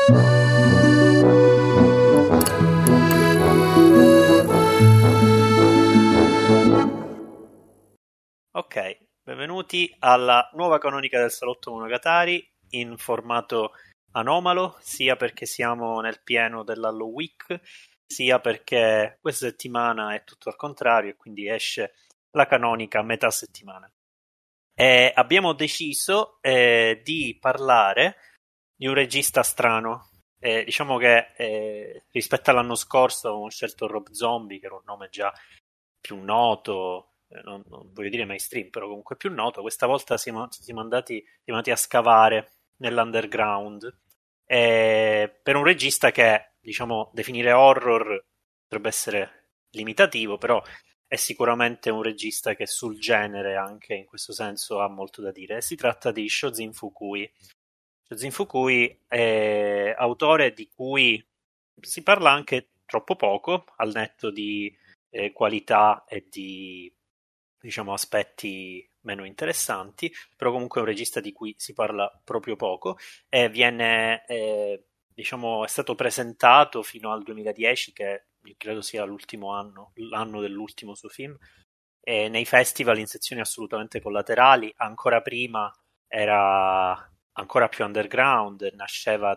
Ok, benvenuti alla nuova canonica del Salotto Monogatari in formato anomalo, sia perché siamo nel pieno dell'Hallow Week, sia perché questa settimana è tutto al contrario e quindi esce la canonica a metà settimana. E abbiamo deciso di parlare di un regista strano. Diciamo che rispetto all'anno scorso avevamo scelto Rob Zombie, che era un nome già più noto, non voglio dire mainstream, però comunque più noto. Questa volta siamo andati a scavare nell'underground per un regista che, diciamo, definire horror potrebbe essere limitativo, però è sicuramente un regista che sul genere, anche in questo senso, ha molto da dire. Si tratta di Shozin Fukui. Shozin Fukui è autore di cui si parla anche troppo poco, al netto di qualità e di, diciamo, aspetti meno interessanti, però comunque è un regista di cui si parla proprio poco e viene, diciamo, è stato presentato fino al 2010, che io credo sia l'ultimo anno, l'anno dell'ultimo suo film, e nei festival in sezioni assolutamente collaterali. Ancora prima era ancora più underground, nasceva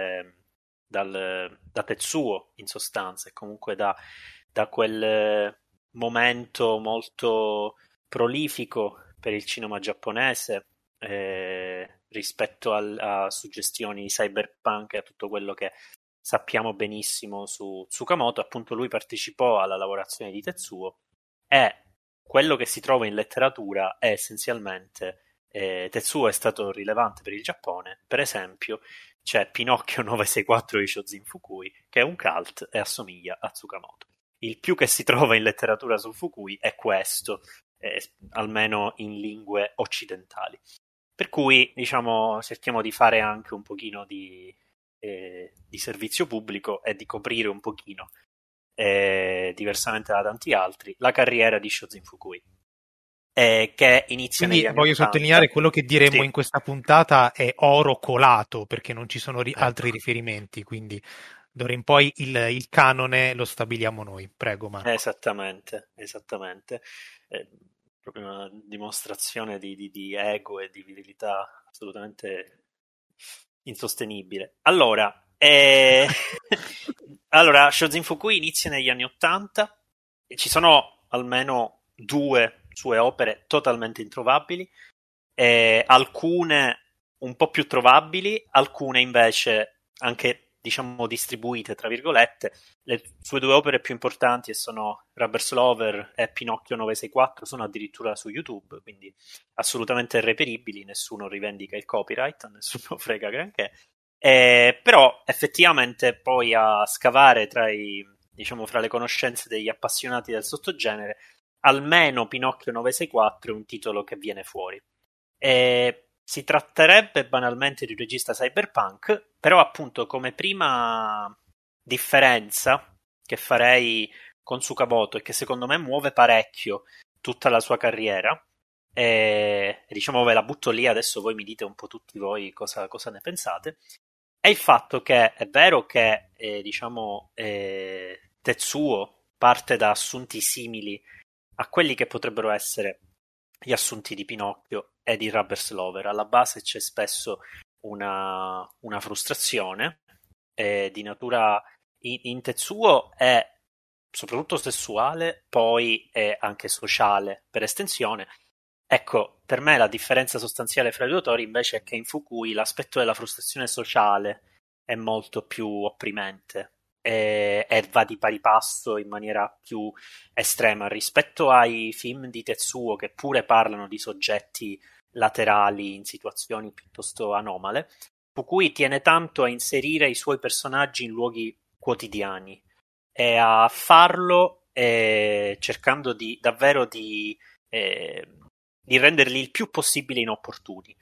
da Tetsuo in sostanza, e comunque da quel momento molto prolifico per il cinema giapponese, rispetto a suggestioni cyberpunk e a tutto quello che sappiamo benissimo su Tsukamoto. Appunto, lui partecipò alla lavorazione di Tetsuo, e quello che si trova in letteratura è essenzialmente Tetsuo è stato rilevante per il Giappone. Per esempio, c'è Pinocchio 964 di Shozin Fukui, che è un cult e assomiglia a Tsukamoto. Il più che si trova in letteratura su Fukui è questo, almeno in lingue occidentali. Per cui, diciamo, cerchiamo di fare anche un pochino di servizio pubblico e di coprire un pochino, diversamente da tanti altri, la carriera di Shozin Fukui, che inizia Quindi negli anni voglio 80. sottolineare quello che diremmo Sì, in questa puntata è oro colato, perché non ci sono altri ecco. riferimenti, quindi d'ora in poi il canone lo stabiliamo noi. Prego, Marco. Esattamente, esattamente. È proprio una dimostrazione di ego e di virilità assolutamente insostenibile. Allora, Shozin Fukui inizia negli anni 80 e ci sono almeno due sue opere totalmente introvabili, alcune un po' più trovabili, alcune invece anche, diciamo, distribuite, tra virgolette. Le sue due opere più importanti sono Rubber Slover e Pinocchio 964, sono addirittura su YouTube, quindi assolutamente reperibili, nessuno rivendica il copyright, nessuno frega granché. Però effettivamente poi a scavare diciamo, fra le conoscenze degli appassionati del sottogenere, almeno Pinocchio 964 è un titolo che viene fuori. Si tratterebbe banalmente di un regista cyberpunk, però appunto come prima differenza che farei con Tsukamoto, e che secondo me muove parecchio tutta la sua carriera, e diciamo ve la butto lì, adesso voi mi dite un po' tutti voi cosa ne pensate, è il fatto che è vero che diciamo Tetsuo parte da assunti simili a quelli che potrebbero essere gli assunti di Pinocchio e di Rubber Slover. Alla base c'è spesso una frustrazione di natura in Tetsuo, è soprattutto sessuale, poi è anche sociale per estensione. Ecco, per me la differenza sostanziale fra i due autori invece è che in Fukui l'aspetto della frustrazione sociale è molto più opprimente e va di pari passo in maniera più estrema rispetto ai film di Tetsuo, che pure parlano di soggetti laterali in situazioni piuttosto anomale. Fukui tiene tanto a inserire i suoi personaggi in luoghi quotidiani e a farlo cercando davvero di renderli il più possibile inopportuni,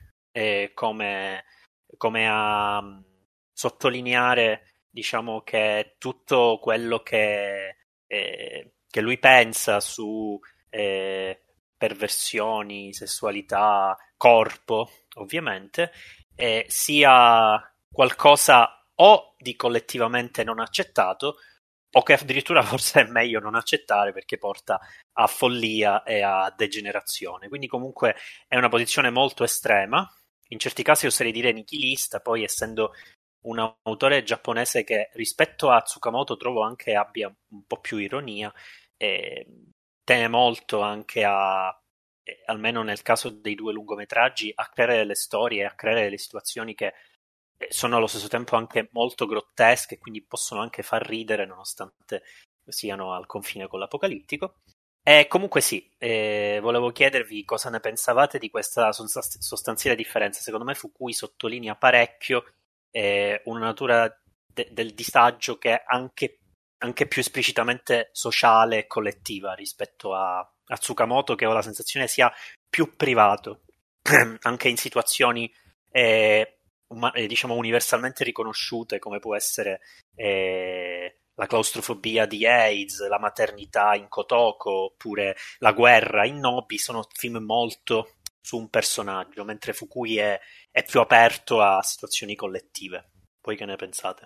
come a sottolineare, diciamo, che tutto quello che lui pensa su perversioni, sessualità, corpo, ovviamente, sia qualcosa o di collettivamente non accettato, o che addirittura forse è meglio non accettare perché porta a follia e a degenerazione. Quindi comunque è una posizione molto estrema, in certi casi oserei dire nichilista, poi essendo un autore giapponese che rispetto a Tsukamoto trovo anche abbia un po' più ironia, tiene molto anche a, almeno nel caso dei 2 lungometraggi, a creare le storie, a creare le situazioni che sono allo stesso tempo anche molto grottesche, quindi possono anche far ridere nonostante siano al confine con l'apocalittico. E comunque sì, volevo chiedervi cosa ne pensavate di questa sostanziale differenza. Secondo me Fukui sottolinea parecchio una natura del disagio che è anche più esplicitamente sociale e collettiva rispetto a Tsukamoto, che ho la sensazione sia più privato, anche in situazioni diciamo universalmente riconosciute, come può essere la claustrofobia di AIDS, la maternità in Kotoko, oppure la guerra in Nobi. Sono film molto su un personaggio, mentre Fukui è più aperto a situazioni collettive. Voi che ne pensate?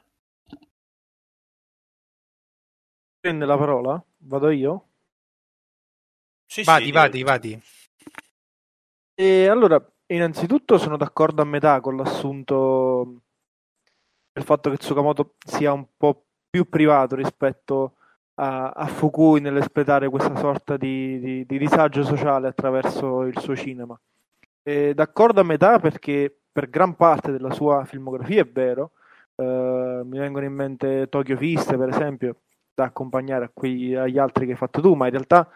Prende la parola? Vado io? Sì, Vadi. E allora, innanzitutto sono d'accordo a metà con l'assunto del fatto che Tsukamoto sia un po' più privato rispetto a Fukui nell'espletare questa sorta di disagio sociale attraverso il suo cinema. D'accordo a metà perché per gran parte della sua filmografia è vero, mi vengono in mente Tokyo Fist per esempio, da accompagnare agli altri che hai fatto tu, ma in realtà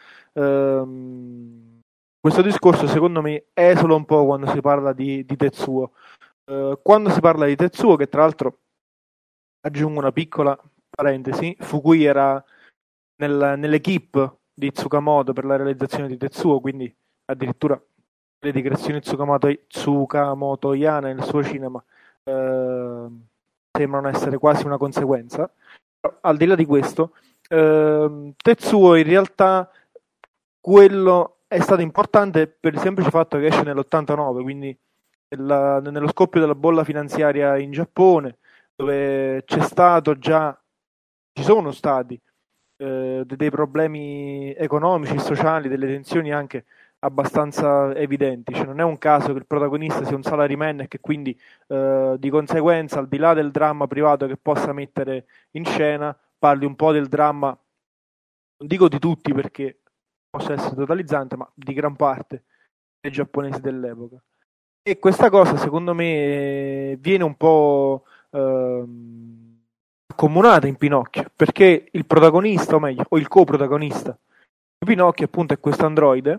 questo discorso secondo me esula un po' quando si parla di Tetsuo. Quando si parla di Tetsuo, che tra l'altro aggiungo una piccola parentesi, Fukui era nell'equipe di Tsukamoto per la realizzazione di Tetsuo, quindi addirittura le digressioni tsukamotoiane nel suo cinema sembrano essere quasi una conseguenza. Però, al di là di questo, Tetsuo in realtà quello è stato importante per il semplice fatto che esce nell'89, quindi nello scoppio della bolla finanziaria in Giappone, dove ci sono stati dei problemi economici, sociali, delle tensioni anche abbastanza evidenti. Cioè, non è un caso che il protagonista sia un salaryman e che quindi di conseguenza, al di là del dramma privato che possa mettere in scena, parli un po' del dramma, non dico di tutti perché possa essere totalizzante, ma di gran parte dei giapponesi dell'epoca. E questa cosa, secondo me, viene un po' accomunata in Pinocchio, perché il protagonista, o meglio, o il coprotagonista di Pinocchio, appunto, è questo androide.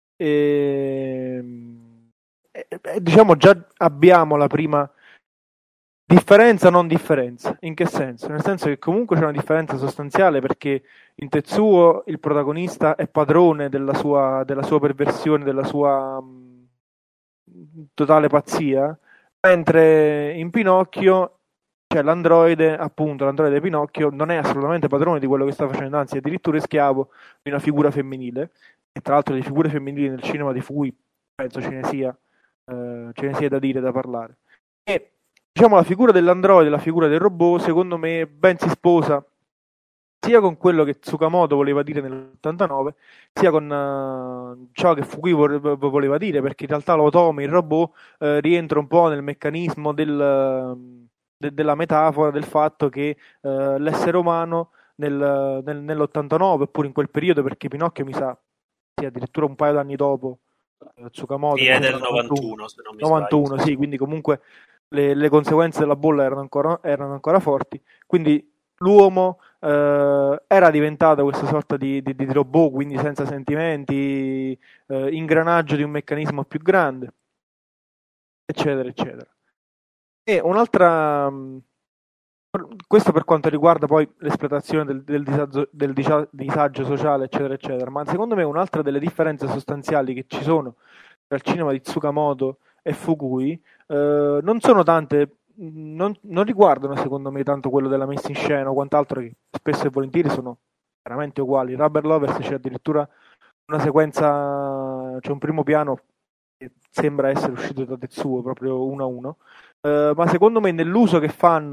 E diciamo già abbiamo la prima differenza, non differenza. In che senso? Nel senso che comunque c'è una differenza sostanziale perché in Tetsuo il protagonista è padrone della sua perversione, della sua totale pazzia, mentre in Pinocchio c'è l'androide, appunto, l'androide di Pinocchio non è assolutamente padrone di quello che sta facendo, anzi è addirittura schiavo di una figura femminile, e tra l'altro di figure femminili nel cinema di Fukui penso ce ne sia da dire, da parlare. E diciamo la figura dell'androide, la figura del robot, secondo me ben si sposa sia con quello che Tsukamoto voleva dire nell'89, sia con ciò che Fukui voleva dire, perché in realtà l'automa, il robot, rientra un po' nel meccanismo della metafora del fatto che l'essere umano nell'89, oppure in quel periodo, perché Pinocchio mi sa sia addirittura un paio d'anni dopo Tsukamoto, sì, è del 91 se non mi 91, sbaglio. sì, quindi comunque le conseguenze della bolla erano ancora forti, quindi l'uomo era diventato questa sorta di robot, quindi senza sentimenti, ingranaggio di un meccanismo più grande, eccetera, eccetera. E un'altra, questo per quanto riguarda poi l'esploitazione del disagio sociale, eccetera, eccetera, ma secondo me un'altra delle differenze sostanziali che ci sono tra il cinema di Tsukamoto e Fukui non sono tante, non riguardano secondo me tanto quello della messa in scena o quant'altro, che spesso e volentieri sono veramente uguali. Rubber Lovers c'è addirittura una sequenza, c'è un primo piano che sembra essere uscito da Tetsuo proprio uno a uno, ma secondo me nell'uso che fanno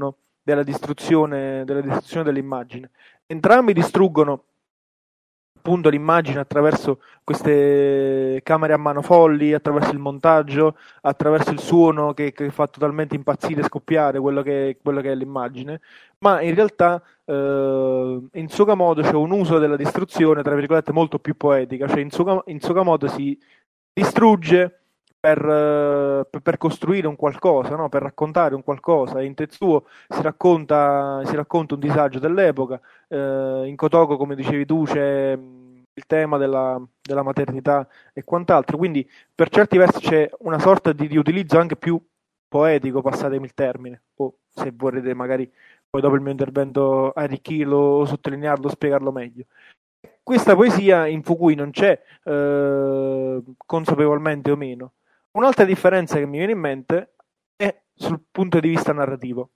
della distruzione dell'immagine. Entrambi distruggono appunto l'immagine attraverso queste camere a mano folli, attraverso il montaggio, attraverso il suono che fa totalmente impazzire e scoppiare quello che è l'immagine, ma in realtà in Tsukamoto c'è un uso della distruzione, tra virgolette, molto più poetica, cioè in Tsukamoto si distrugge per costruire un qualcosa, no? Per raccontare un qualcosa. In Tetsuo si racconta un disagio dell'epoca, in Kotoko, come dicevi tu, c'è il tema della maternità e quant'altro, quindi per certi versi c'è una sorta di riutilizzo anche più poetico, passatemi il termine, o se vorrete magari poi dopo il mio intervento arricchirlo, sottolinearlo, spiegarlo meglio. Questa poesia in Fukui non c'è, consapevolmente o meno. Un'altra differenza che mi viene in mente è sul punto di vista narrativo.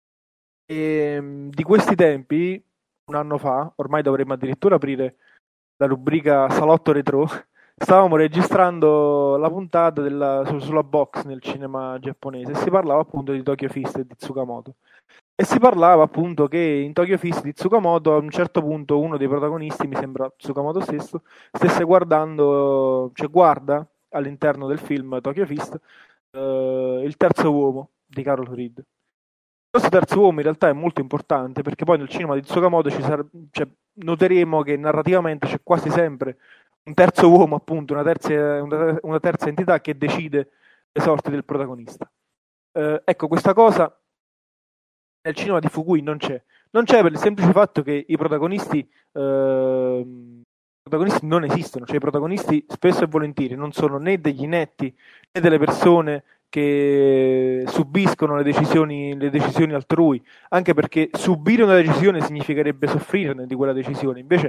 Di questi tempi, un anno fa, ormai dovremmo addirittura aprire la rubrica Salotto Retro, stavamo registrando la puntata sulla box nel cinema giapponese e si parlava appunto di Tokyo Fist e di Tsukamoto. E si parlava appunto che in Tokyo Fist di Tsukamoto a un certo punto uno dei protagonisti, mi sembra Tsukamoto stesso, stesse guarda all'interno del film Tokyo Fist il terzo uomo di Carol Reed. Questo terzo uomo in realtà è molto importante perché poi nel cinema di Tsukamoto noteremo che narrativamente c'è quasi sempre un terzo uomo, appunto, una terza entità che decide le sorti del protagonista. Ecco, questa cosa nel cinema di Fukui non c'è. Non c'è per il semplice fatto che i protagonisti non esistono, cioè i protagonisti spesso e volentieri non sono né degli inetti né delle persone che subiscono le decisioni altrui, anche perché subire una decisione significherebbe soffrirne di quella decisione, invece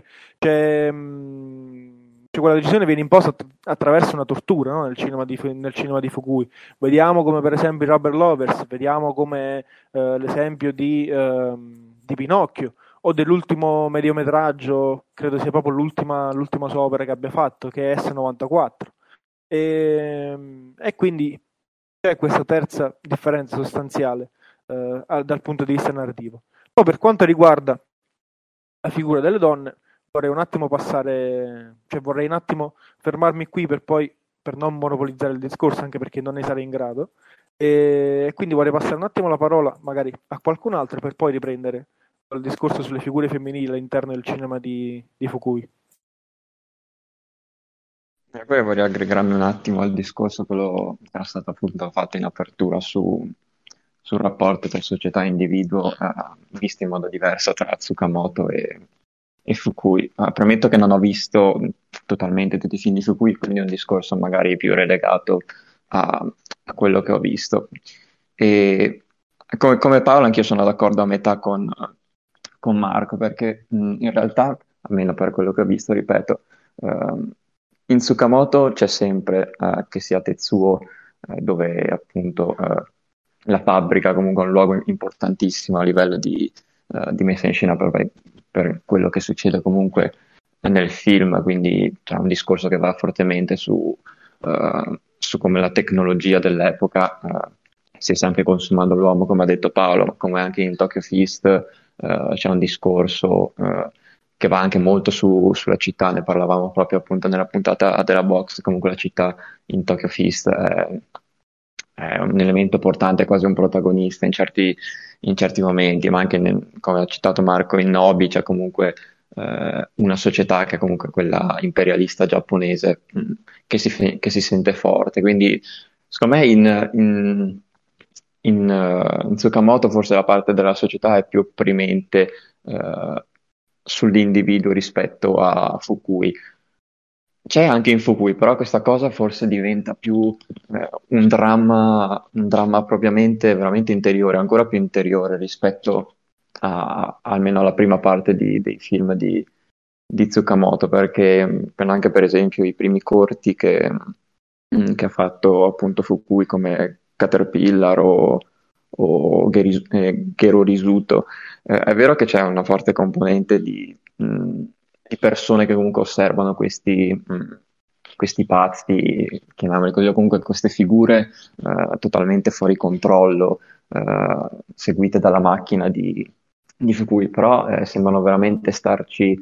quella decisione viene imposta attraverso una tortura, no? nel cinema di Fukui. Vediamo come per esempio i Rubber Lovers, vediamo come l'esempio di Pinocchio, o dell'ultimo mediometraggio, credo sia proprio l'ultima sua opera che abbia fatto, che è S94. E quindi c'è questa terza differenza sostanziale dal punto di vista narrativo. Poi per quanto riguarda la figura delle donne, vorrei un attimo fermarmi qui per non monopolizzare il discorso, anche perché non ne sarei in grado, e quindi vorrei passare un attimo la parola magari a qualcun altro per poi riprendere il discorso sulle figure femminili all'interno del cinema di Fukui. E poi vorrei aggregarmi un attimo al discorso quello che era stato appunto fatto in apertura sul rapporto tra società e individuo, visto in modo diverso tra Tsukamoto e Fukui. Premetto che non ho visto totalmente tutti i film di Fukui, quindi è un discorso magari più relegato a quello che ho visto. E come Paolo, anch'io sono d'accordo a metà con Marco, perché in realtà, almeno per quello che ho visto, ripeto, in Tsukamoto c'è sempre, che sia Tetsuo, dove appunto la fabbrica comunque è un luogo importantissimo a livello di messa in scena per quello che succede comunque nel film, quindi c'è un discorso che va fortemente su come la tecnologia dell'epoca stesse anche consumando l'uomo, come ha detto Paolo, ma come anche in Tokyo Fist c'è un discorso che va anche molto sulla città, ne parlavamo proprio appunto nella puntata della box, comunque la città in Tokyo Fist è un elemento portante, quasi un protagonista in certi momenti, ma anche come ha citato Marco in Nobi c'è comunque una società che è comunque quella imperialista giapponese che si sente forte, quindi secondo me in Tsukamoto forse la parte della società è più opprimente sull'individuo rispetto a Fukui. C'è anche in Fukui, però questa cosa forse diventa più un dramma propriamente veramente interiore, ancora più interiore rispetto almeno alla prima parte dei film di Tsukamoto, perché anche per esempio i primi corti che ha fatto appunto Fukui come Caterpillar o Gero Risuto, è vero che c'è una forte componente di persone che comunque osservano questi pazzi, chiamiamoli così, o comunque queste figure totalmente fuori controllo, seguite dalla macchina di Fukui, però sembrano veramente starci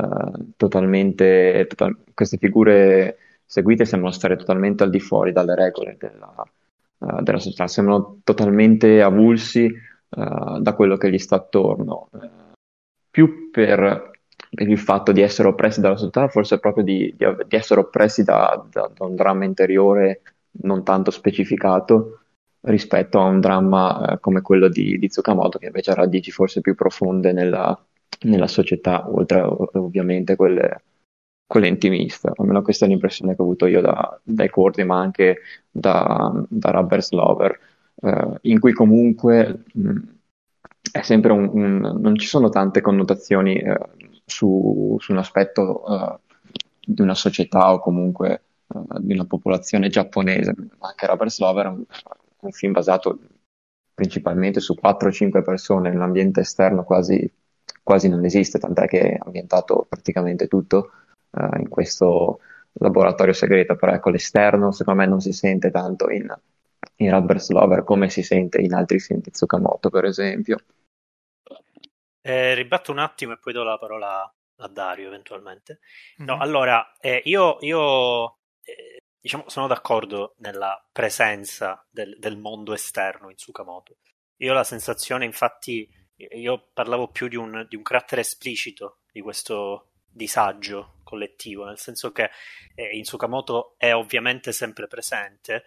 queste figure seguite sembrano stare totalmente al di fuori dalle regole della società, sembrano totalmente avulsi da quello che gli sta attorno, più per il fatto di essere oppressi dalla società, forse proprio di essere oppressi da un dramma interiore non tanto specificato rispetto a un dramma come quello di Tsukamoto, che invece ha radici forse più profonde nella società, oltre ovviamente quelle intimiste. Almeno questa è l'impressione che ho avuto io dai corti, ma anche da Rubber Slover, in cui comunque è sempre non ci sono tante connotazioni su un aspetto di una società o comunque di una popolazione giapponese. Anche Rubber Slover è un film basato principalmente su 4-5 persone, nell'ambiente esterno quasi non esiste, tant'è che è ambientato praticamente tutto in questo laboratorio segreto, però ecco l'esterno secondo me non si sente tanto in Rubber Slover come si sente in altri film di Tsukamoto, per esempio. Ribatto un attimo e poi do la parola a Dario eventualmente. No, allora, io diciamo, sono d'accordo nella presenza del mondo esterno in Tsukamoto. Io ho la sensazione, infatti, io parlavo più di un carattere esplicito di questo disagio collettivo, nel senso che in Tsukamoto è ovviamente sempre presente,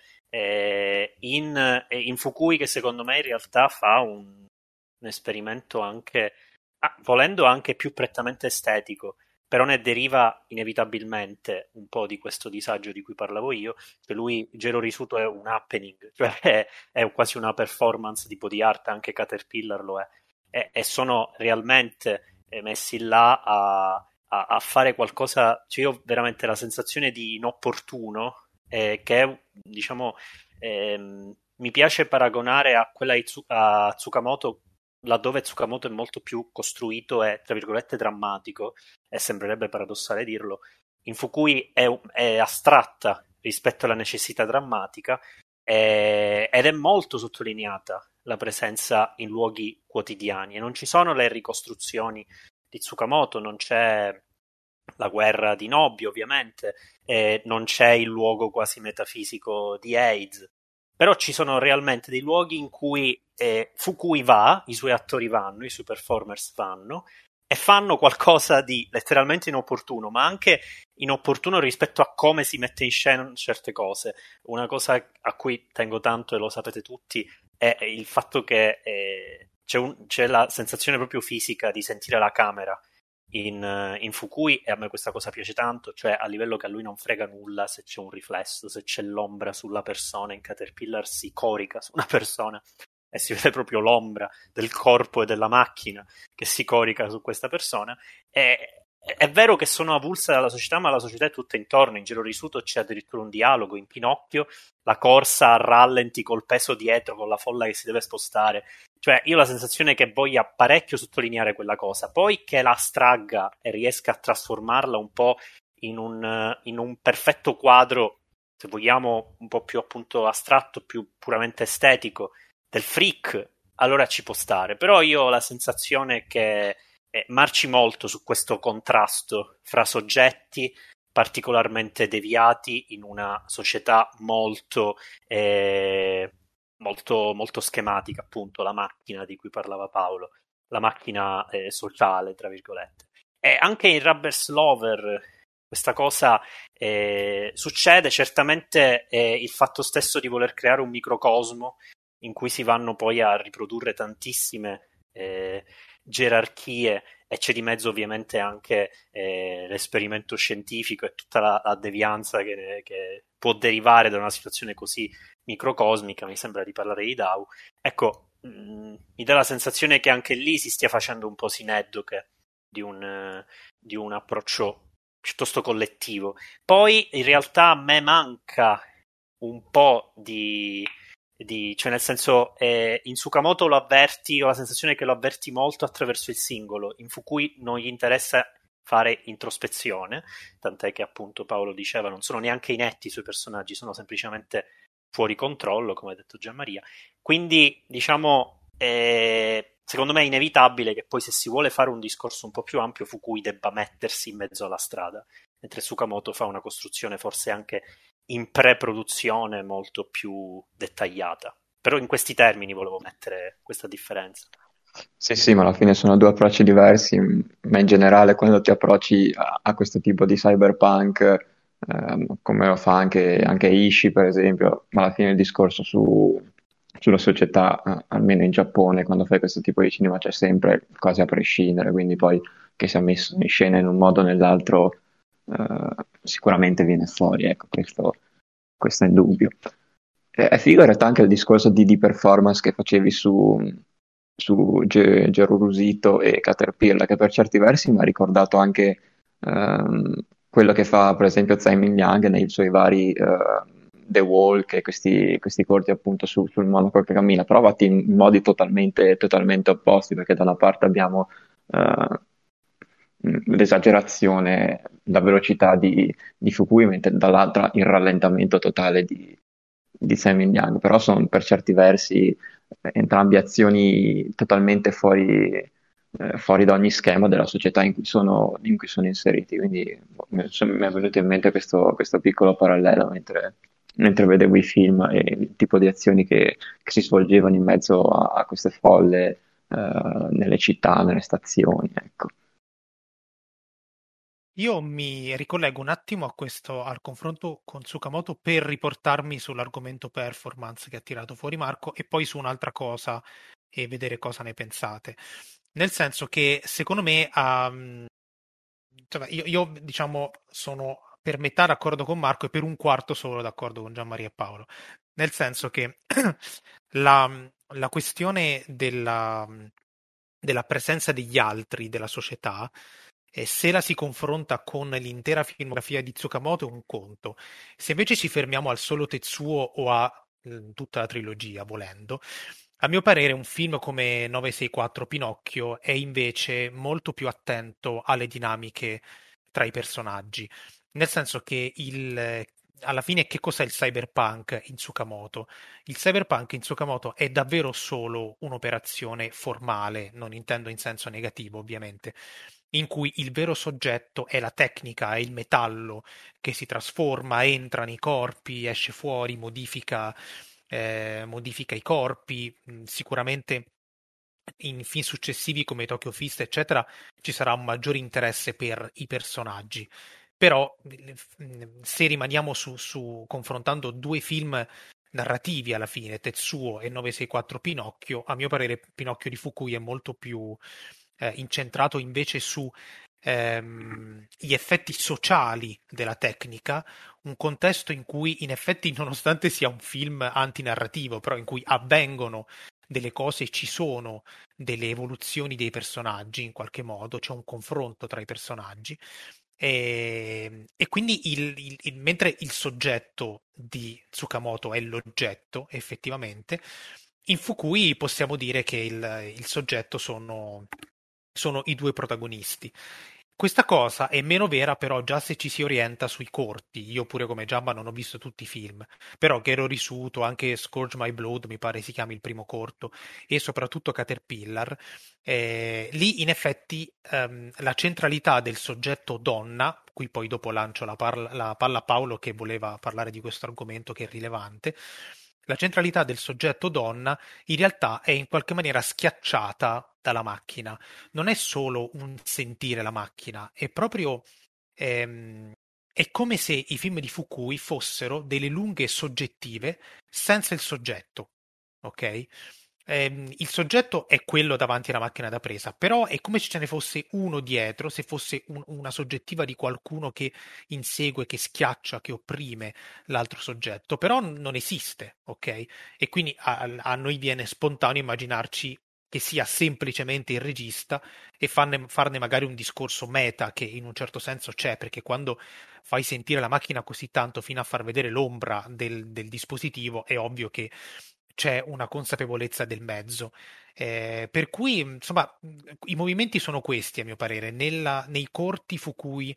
in Fukui, che secondo me in realtà fa un esperimento anche, volendo anche più prettamente estetico, però ne deriva inevitabilmente un po' di questo disagio di cui parlavo io. Cioè lui, Gero Risuto, è un happening, cioè è quasi una performance di body art, anche Caterpillar lo è, e sono realmente messi là a fare qualcosa. Cioè io ho veramente la sensazione di inopportuno, che è, diciamo, mi piace paragonare a quella a Tsukamoto, laddove Tsukamoto è molto più costruito e, tra virgolette, drammatico, e sembrerebbe paradossale dirlo. In Fukui è astratta rispetto alla necessità drammatica, ed è molto sottolineata la presenza in luoghi quotidiani, e non ci sono le ricostruzioni di Tsukamoto, non c'è la guerra di Nobi ovviamente, non c'è il luogo quasi metafisico di AIDS, però ci sono realmente dei luoghi in cui Fukui va, i suoi attori vanno, i suoi performers vanno e fanno qualcosa di letteralmente inopportuno, ma anche inopportuno rispetto a come si mette in scena certe cose. Una cosa a cui tengo tanto, e lo sapete tutti, è il fatto che c'è la sensazione proprio fisica di sentire la camera in Fukui, e a me questa cosa piace tanto, cioè a livello che a lui non frega nulla se c'è un riflesso, se c'è l'ombra sulla persona. In Caterpillar si corica su una persona e si vede proprio l'ombra del corpo e della macchina che si corica su questa persona. È vero che sono avulse dalla società, ma la società è tutta intorno. In Giro Risuto c'è addirittura un dialogo. In Pinocchio la corsa a rallenti col peso dietro, con la folla che si deve spostare. Cioè io ho la sensazione che voglia parecchio sottolineare quella cosa, poi che la astragga e riesca a trasformarla un po' in un perfetto quadro, se vogliamo un po' più appunto astratto, più puramente estetico, del freak, allora ci può stare. Però io ho la sensazione che marci molto su questo contrasto fra soggetti particolarmente deviati in una società molto molto schematica, appunto, la macchina di cui parlava Paolo, la macchina sociale, tra virgolette. E anche in Rubber Slover questa cosa succede. Certamente il fatto stesso di voler creare un microcosmo in cui si vanno poi a riprodurre tantissime gerarchie, e c'è di mezzo ovviamente anche l'esperimento scientifico e tutta la devianza che può derivare da una situazione così microcosmica. Mi sembra di parlare di Dao. Ecco, mi dà la sensazione che anche lì si stia facendo un po' sineddoche di un approccio piuttosto collettivo. Poi in realtà a me manca un po' cioè nel senso, in Tsukamoto lo avverti, ho la sensazione che lo avverti molto attraverso il singolo. In Fukui non gli interessa fare introspezione, tant'è che appunto Paolo diceva non sono neanche inetti i suoi personaggi, sono semplicemente fuori controllo, come ha detto Gianmaria. Quindi diciamo E secondo me è inevitabile che poi, se si vuole fare un discorso un po' più ampio, Fukui debba mettersi in mezzo alla strada, mentre Tsukamoto fa una costruzione forse anche in pre-produzione molto più dettagliata. Però in questi termini volevo mettere questa differenza. Sì, ma alla fine sono due approcci diversi, ma in generale quando ti approcci a questo tipo di cyberpunk, come lo fa anche Ishii per esempio, ma alla fine il discorso sulla società, almeno in Giappone, quando fai questo tipo di cinema c'è sempre, quasi a prescindere, quindi poi che sia messo in scena in un modo o nell'altro, sicuramente viene fuori, ecco, questo è indubbio. È figo in realtà anche il discorso di performance che facevi su Gerusito e Caterpillar, che per certi versi mi ha ricordato anche ehm, quello che fa per esempio Tsai Ming-liang nei suoi vari The Walk e questi corti appunto sul monaco che cammina, però fatti in modi totalmente opposti, perché da una parte abbiamo l'esagerazione, la velocità di Fukui, mentre dall'altra il rallentamento totale di Tsai Ming-liang, però sono per certi versi entrambi azioni totalmente fuori da ogni schema della società in cui sono inseriti. Quindi mi è venuto in mente questo piccolo parallelo mentre vedevo i film e il tipo di azioni che si svolgevano in mezzo a queste folle nelle città, nelle stazioni, ecco. Io mi ricollego un attimo al confronto con Tsukamoto per riportarmi sull'argomento performance che ha tirato fuori Marco e poi su un'altra cosa e vedere cosa ne pensate. Nel senso che secondo me insomma, io, diciamo sono per metà d'accordo con Marco e per un quarto solo d'accordo con Gianmaria e Paolo. Nel senso che la questione della presenza degli altri, della società, e se la si confronta con l'intera filmografia di Tsukamoto è un conto. Se invece ci fermiamo al solo Tetsuo o a tutta la trilogia, volendo, a mio parere un film come 964 Pinocchio è invece molto più attento alle dinamiche tra i personaggi. Nel senso che alla fine che cos'è il cyberpunk in Tsukamoto? Il cyberpunk in Tsukamoto è davvero solo un'operazione formale, non intendo in senso negativo ovviamente, in cui il vero soggetto è la tecnica, è il metallo che si trasforma, entra nei corpi, esce fuori, modifica i corpi. Sicuramente in film successivi come Tokyo Fist, eccetera, ci sarà un maggiore interesse per i personaggi. Però se rimaniamo confrontando due film narrativi alla fine, Tetsuo e 964 Pinocchio, a mio parere Pinocchio di Fukui è molto più incentrato invece su gli effetti sociali della tecnica, un contesto in cui in effetti, nonostante sia un film antinarrativo, però in cui avvengono delle cose, ci sono delle evoluzioni dei personaggi in qualche modo, c'è un confronto tra i personaggi. E quindi mentre il soggetto di Tsukamoto è l'oggetto, effettivamente, in Fukui possiamo dire che il soggetto sono i due protagonisti. Questa cosa è meno vera però già se ci si orienta sui corti. Io pure come Giamba non ho visto tutti i film, però che ero risuto, anche Scourge My Blood mi pare si chiami il primo corto, e soprattutto Caterpillar, lì in effetti la centralità del soggetto donna, qui poi dopo lancio la palla a Paolo che voleva parlare di questo argomento che è rilevante, la centralità del soggetto donna in realtà è in qualche maniera schiacciata dalla macchina. Non è solo un sentire la macchina, è proprio ehm, è come se i film di Fukui fossero delle lunghe soggettive senza il soggetto, ok? Il soggetto è quello davanti alla macchina da presa, però è come se ce ne fosse uno dietro, se fosse una soggettiva di qualcuno che insegue, che schiaccia, che opprime l'altro soggetto, però non esiste, ok? E quindi a noi viene spontaneo immaginarci che sia semplicemente il regista e farne magari un discorso meta che in un certo senso c'è, perché quando fai sentire la macchina così tanto fino a far vedere l'ombra del dispositivo, è ovvio che c'è una consapevolezza del mezzo. Per cui, insomma, i movimenti sono questi, a mio parere. Nei corti Fukui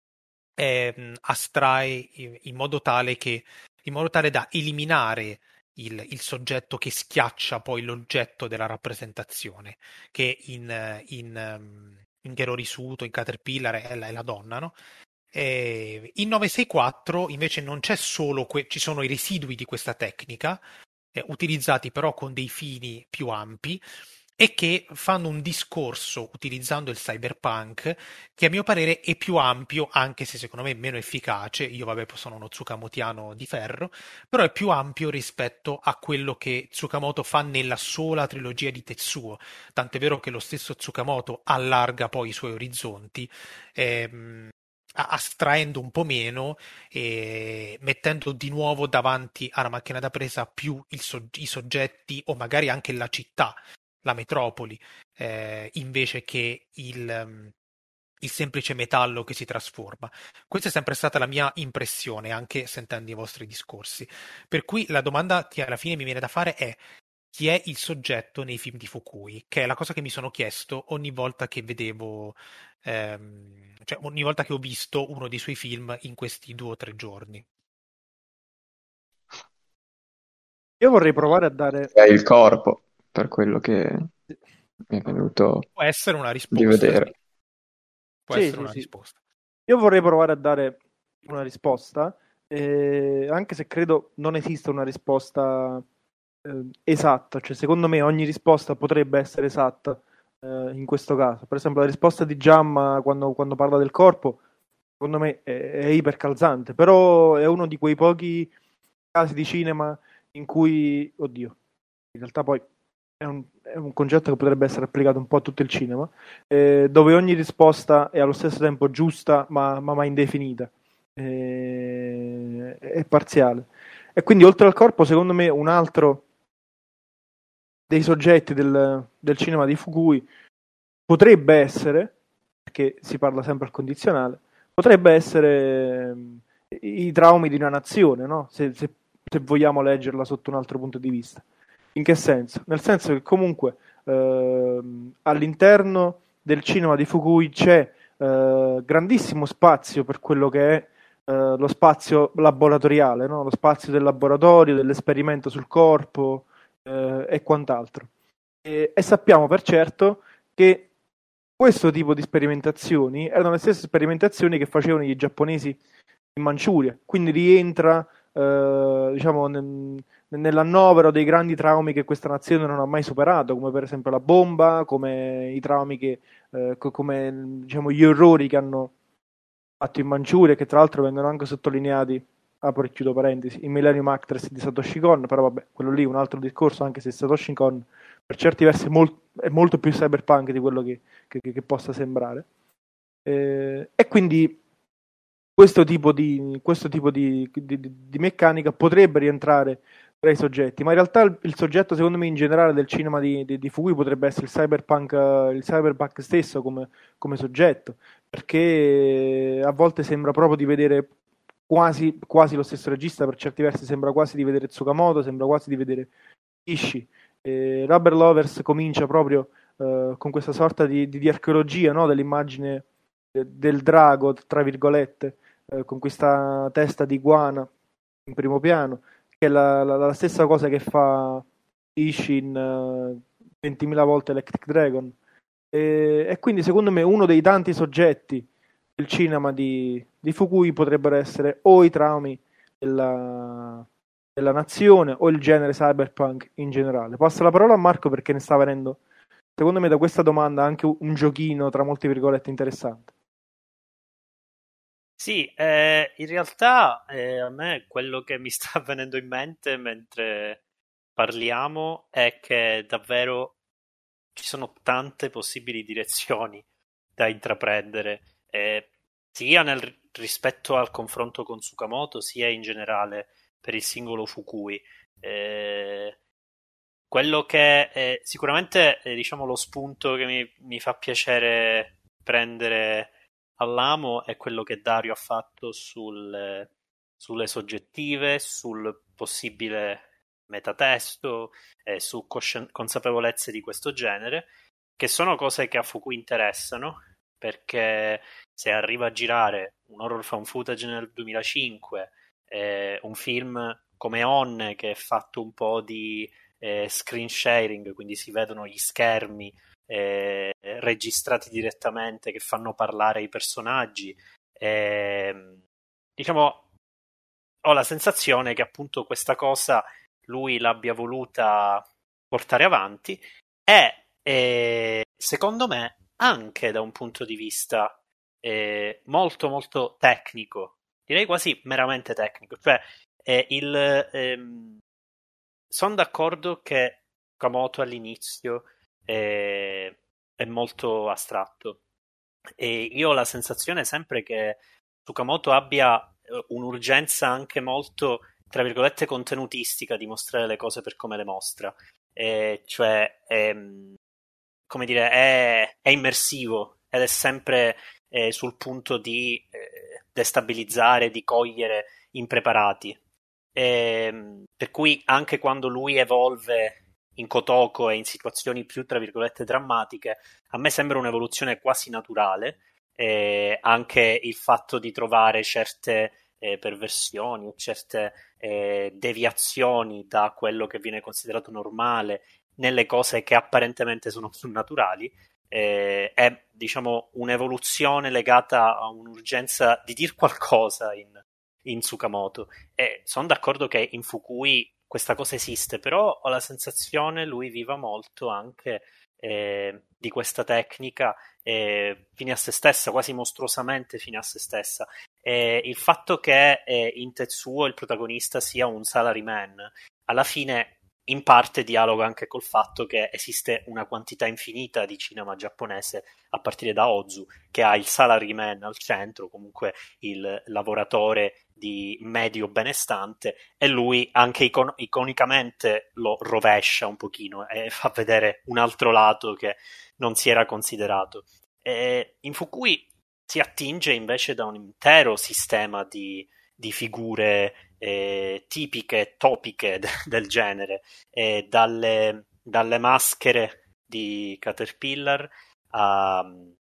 astrae in modo tale da eliminare il soggetto che schiaccia poi l'oggetto della rappresentazione, che in Gero Risuto, in Caterpillar è la donna, no? In 964 invece non c'è solo ci sono i residui di questa tecnica, utilizzati però con dei fini più ampi e che fanno un discorso utilizzando il cyberpunk che a mio parere è più ampio, anche se secondo me è meno efficace. Io vabbè sono uno tsukamotiano di ferro, però è più ampio rispetto a quello che Tsukamoto fa nella sola trilogia di Tetsuo, tant'è vero che lo stesso Tsukamoto allarga poi i suoi orizzonti, astraendo un po' meno e mettendo di nuovo davanti alla macchina da presa più i soggetti o magari anche la città, la metropoli, invece che il semplice metallo che si trasforma. Questa è sempre stata la mia impressione, anche sentendo i vostri discorsi. Per cui la domanda che alla fine mi viene da fare è: chi è il soggetto nei film di Fukui? Che è la cosa che mi sono chiesto ogni volta che vedevo, cioè ogni volta che ho visto uno dei suoi film in questi 2 o 3 giorni. Io vorrei provare a dare... È il corpo, per quello che mi è venuto Può essere una di risposta. vedere. Sì. Può Sì, essere sì, una sì. risposta. Io vorrei provare a dare una risposta, anche se credo non esista una risposta esatta, cioè secondo me ogni risposta potrebbe essere esatta in questo caso. Per esempio la risposta di Giamma quando parla del corpo, secondo me è ipercalzante, però è uno di quei pochi casi di cinema in cui, oddio, in realtà poi è un concetto che potrebbe essere applicato un po' a tutto il cinema, dove ogni risposta è allo stesso tempo giusta ma mai indefinita, è parziale. E quindi oltre al corpo, secondo me, un altro dei soggetti del cinema di Fukui potrebbe essere, perché si parla sempre al condizionale, potrebbe essere i traumi di una nazione, no? Se vogliamo leggerla sotto un altro punto di vista. In che senso? Nel senso che comunque all'interno del cinema di Fukui c'è grandissimo spazio per quello che è lo spazio laboratoriale, no? Lo spazio del laboratorio, dell'esperimento sul corpo e quant'altro. E sappiamo per certo che questo tipo di sperimentazioni erano le stesse sperimentazioni che facevano i giapponesi in Manciuria, quindi rientra diciamo nell'annovero dei grandi traumi che questa nazione non ha mai superato, come per esempio la bomba, come i traumi che come diciamo gli orrori che hanno fatto in Manciuria, che tra l'altro vengono anche sottolineati, apro e chiudo parentesi, in Millennium Actress di Satoshi Kon, però vabbè, quello lì è un altro discorso, anche se Satoshi Kon per certi versi è molto più cyberpunk di quello che possa sembrare. E quindi questo tipo di meccanica potrebbe rientrare tra i soggetti, ma in realtà il soggetto, secondo me, in generale del cinema di Fukui potrebbe essere il cyberpunk stesso come soggetto, perché a volte sembra proprio di vedere quasi lo stesso regista, per certi versi sembra quasi di vedere Tsukamoto, sembra quasi di vedere Ishii. Rubber Lovers comincia proprio con questa sorta di archeologia, no? Dell'immagine del drago, tra virgolette, con questa testa di iguana in primo piano, che è la stessa cosa che fa Ishii in 20.000 volte Electric Dragon. E quindi secondo me uno dei tanti soggetti del cinema di Fukui potrebbero essere o i traumi della nazione o il genere cyberpunk in generale. Passo la parola a Marco perché ne sta venendo, secondo me, da questa domanda anche un giochino tra molte virgolette interessante. Sì, in realtà a me quello che mi sta venendo in mente mentre parliamo è che davvero ci sono tante possibili direzioni da intraprendere, sia rispetto al confronto con Tsukamoto, sia in generale per il singolo Fukui. Quello che è sicuramente diciamo lo spunto che mi fa piacere prendere all'amo è quello che Dario ha fatto sulle soggettive, sul possibile metatesto e su consapevolezze di questo genere, che sono cose che a Fukui interessano, perché se arriva a girare un horror found footage nel 2005, un film come On, che è fatto un po' di screen sharing, quindi si vedono gli schermi registrati direttamente che fanno parlare i personaggi. Diciamo, ho la sensazione che appunto questa cosa lui l'abbia voluta portare avanti e secondo me anche da un punto di vista molto molto tecnico, direi quasi meramente tecnico, cioè sono d'accordo che Okamoto all'inizio è molto astratto e io ho la sensazione sempre che Tsukamoto abbia un'urgenza anche molto, tra virgolette, contenutistica di mostrare le cose per come le mostra. Cioè, come dire, è immersivo ed è sempre sul punto di destabilizzare, di cogliere impreparati. Per cui anche quando lui evolve in Kotoko e in situazioni più, tra virgolette, drammatiche, a me sembra un'evoluzione quasi naturale. Anche il fatto di trovare certe perversioni, certe deviazioni da quello che viene considerato normale nelle cose che apparentemente sono più naturali, è diciamo un'evoluzione legata a un'urgenza di dir qualcosa in Tsukamoto. E sono d'accordo che in Fukui questa cosa esiste, però ho la sensazione lui viva molto anche di questa tecnica fine a se stessa, quasi mostruosamente fine a se stessa. Il fatto che in Tetsuo il protagonista sia un salaryman, alla fine in parte dialoga anche col fatto che esiste una quantità infinita di cinema giapponese a partire da Ozu, che ha il salaryman al centro, comunque il lavoratore di medio benestante, e lui anche iconicamente lo rovescia un pochino e fa vedere un altro lato che non si era considerato. In Fukui si attinge invece da un intero sistema di figure tipiche, topiche del genere, dalle maschere di Caterpillar a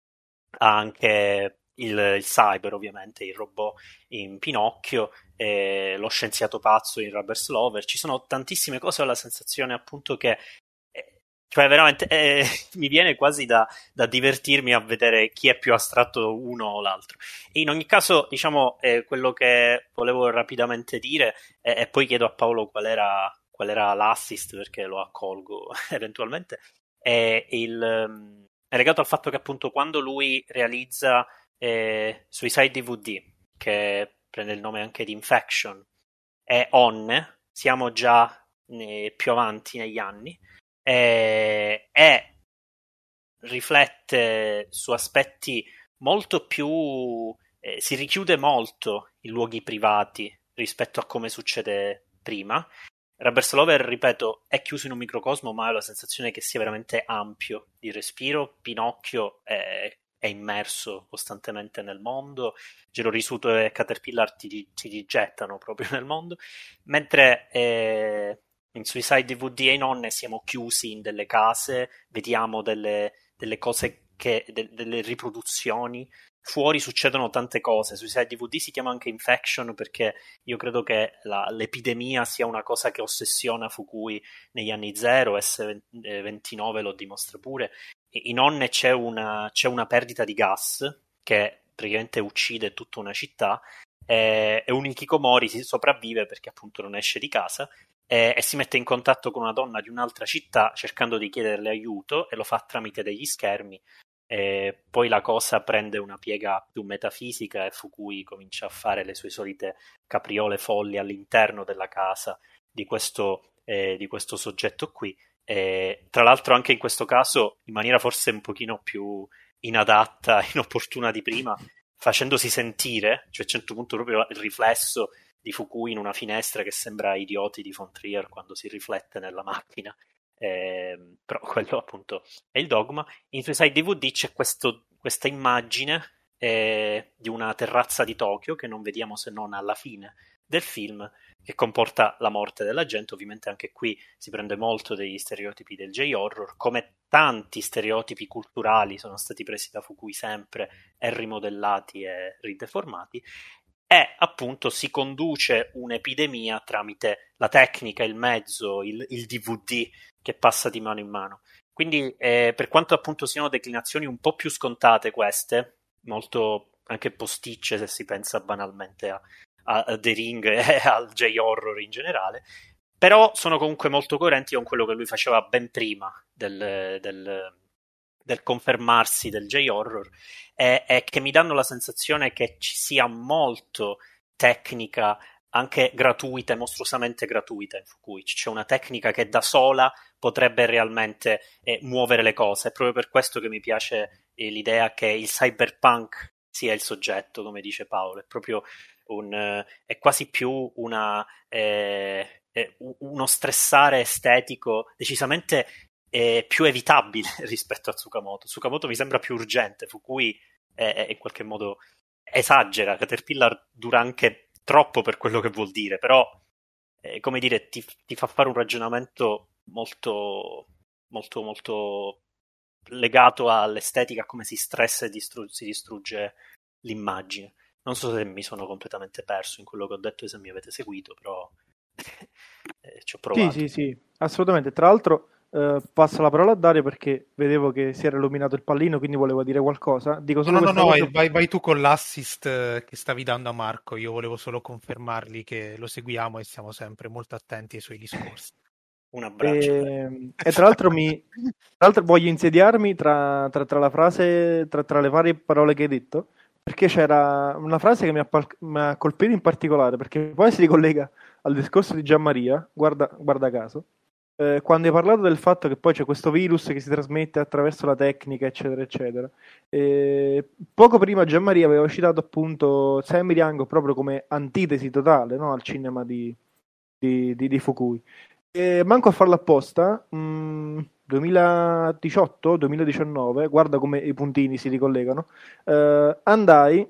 anche il cyber, ovviamente, il robot in Pinocchio, lo scienziato pazzo in Rubber Slover. Ci sono tantissime cose, ho la sensazione appunto che cioè veramente mi viene quasi da divertirmi a vedere chi è più astratto uno o l'altro. In ogni caso, diciamo, quello che volevo rapidamente dire, e poi chiedo a Paolo qual era l'assist, perché lo accolgo eventualmente, è legato al fatto che appunto quando lui realizza Suicide DVD, che prende il nome anche di Infection, e On, siamo già più avanti negli anni, e riflette su aspetti molto più si richiude molto in luoghi privati rispetto a come succede prima. Rubber Slover, ripeto, è chiuso in un microcosmo, ma ho la sensazione che sia veramente ampio di respiro. Pinocchio è immerso costantemente nel mondo, Giro Risuto e Caterpillar ti rigettano proprio nel mondo, mentre in Suicide DVD e in Onne siamo chiusi in delle case, vediamo delle cose delle riproduzioni. Fuori succedono tante cose. Suicide DVD si chiama anche Infection perché io credo che l'epidemia sia una cosa che ossessiona Fukui negli anni 0, S29 lo dimostra pure. In Onne c'è una perdita di gas che praticamente uccide tutta una città e un Hikikomori si sopravvive perché appunto non esce di casa e si mette in contatto con una donna di un'altra città cercando di chiederle aiuto e lo fa tramite degli schermi. E poi la cosa prende una piega più metafisica e Fukui comincia a fare le sue solite capriole folli all'interno della casa di questo soggetto qui. Tra l'altro anche in questo caso in maniera forse un pochino più inadatta, inopportuna di prima, facendosi sentire, cioè a un certo punto proprio il riflesso di Fukui in una finestra che sembra Idioti di von Trier quando si riflette nella macchina. Però quello appunto è il dogma. In Suicide DVD c'è questa immagine di una terrazza di Tokyo che non vediamo se non alla fine del film, che comporta la morte della gente. Ovviamente anche qui si prende molto degli stereotipi del J-horror, come tanti stereotipi culturali sono stati presi da Fukui sempre e rimodellati e rideformati. e appunto si conduce un'epidemia tramite la tecnica, il mezzo, il DVD che passa di mano in mano. Quindi per quanto appunto siano declinazioni un po' più scontate queste, molto anche posticce se si pensa banalmente a The Ring e al J-horror in generale, però sono comunque molto coerenti con quello che lui faceva ben prima del confermarsi del J-horror, e che mi danno la sensazione che ci sia molto tecnica anche gratuita e mostruosamente gratuita in Fukui. C'è una tecnica che da sola potrebbe realmente muovere le cose. È proprio per questo che mi piace l'idea che il cyberpunk sia il soggetto, come dice Paolo. È proprio è quasi più uno stressare estetico decisamente più evitabile rispetto a Tsukamoto. Tsukamoto mi sembra più urgente, Fukui in qualche modo esagera. Caterpillar dura anche troppo per quello che vuol dire, però come dire, ti fa fare un ragionamento molto molto molto legato all'estetica, a come si stressa e si distrugge l'immagine. Non so se mi sono completamente perso in quello che ho detto e se mi avete seguito, però ci ho provato. Sì, assolutamente. Tra l'altro passo la parola a Dario perché vedevo che si era illuminato il pallino, quindi volevo dire qualcosa. Dico solo No, questa cosa. vai tu con l'assist che stavi dando a Marco. Io volevo solo confermargli che lo seguiamo e siamo sempre molto attenti ai suoi discorsi. Un abbraccio. E tra l'altro voglio insediarmi tra la frase, tra le varie parole che hai detto, perché c'era una frase che mi ha colpito in particolare, perché poi si ricollega al discorso di Gianmaria, guarda caso, quando hai parlato del fatto che poi c'è questo virus che si trasmette attraverso la tecnica, eccetera, eccetera. Poco prima Gianmaria aveva citato appunto Sam Yang proprio come antitesi totale, no, al cinema di Fukui. Manco a farlo apposta, 2018-2019, guarda come i puntini si ricollegano, andai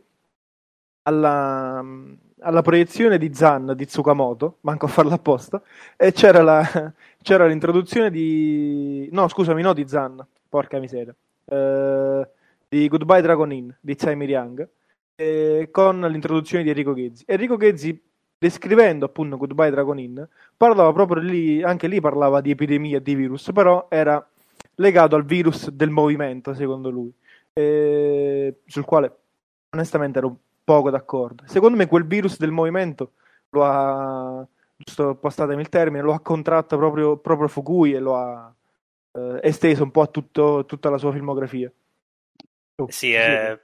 alla proiezione di Zan di Tsukamoto, manco a farla apposta, e c'era l'introduzione di... No, scusami, no di Zan, porca miseria, di Goodbye Dragon Inn di Tsai Miri-Yang, con l'introduzione di Enrico Ghezzi. Enrico Ghezzi, descrivendo appunto Goodbye Dragon Inn, parlava proprio lì, anche lì parlava di epidemia, di virus, però era legato al virus del movimento, secondo lui, sul quale onestamente ero poco d'accordo. Secondo me quel virus del movimento lo ha, giusto passatemi il termine, lo ha contratto proprio Fukui e lo ha esteso un po' a tutta la sua filmografia. Sì.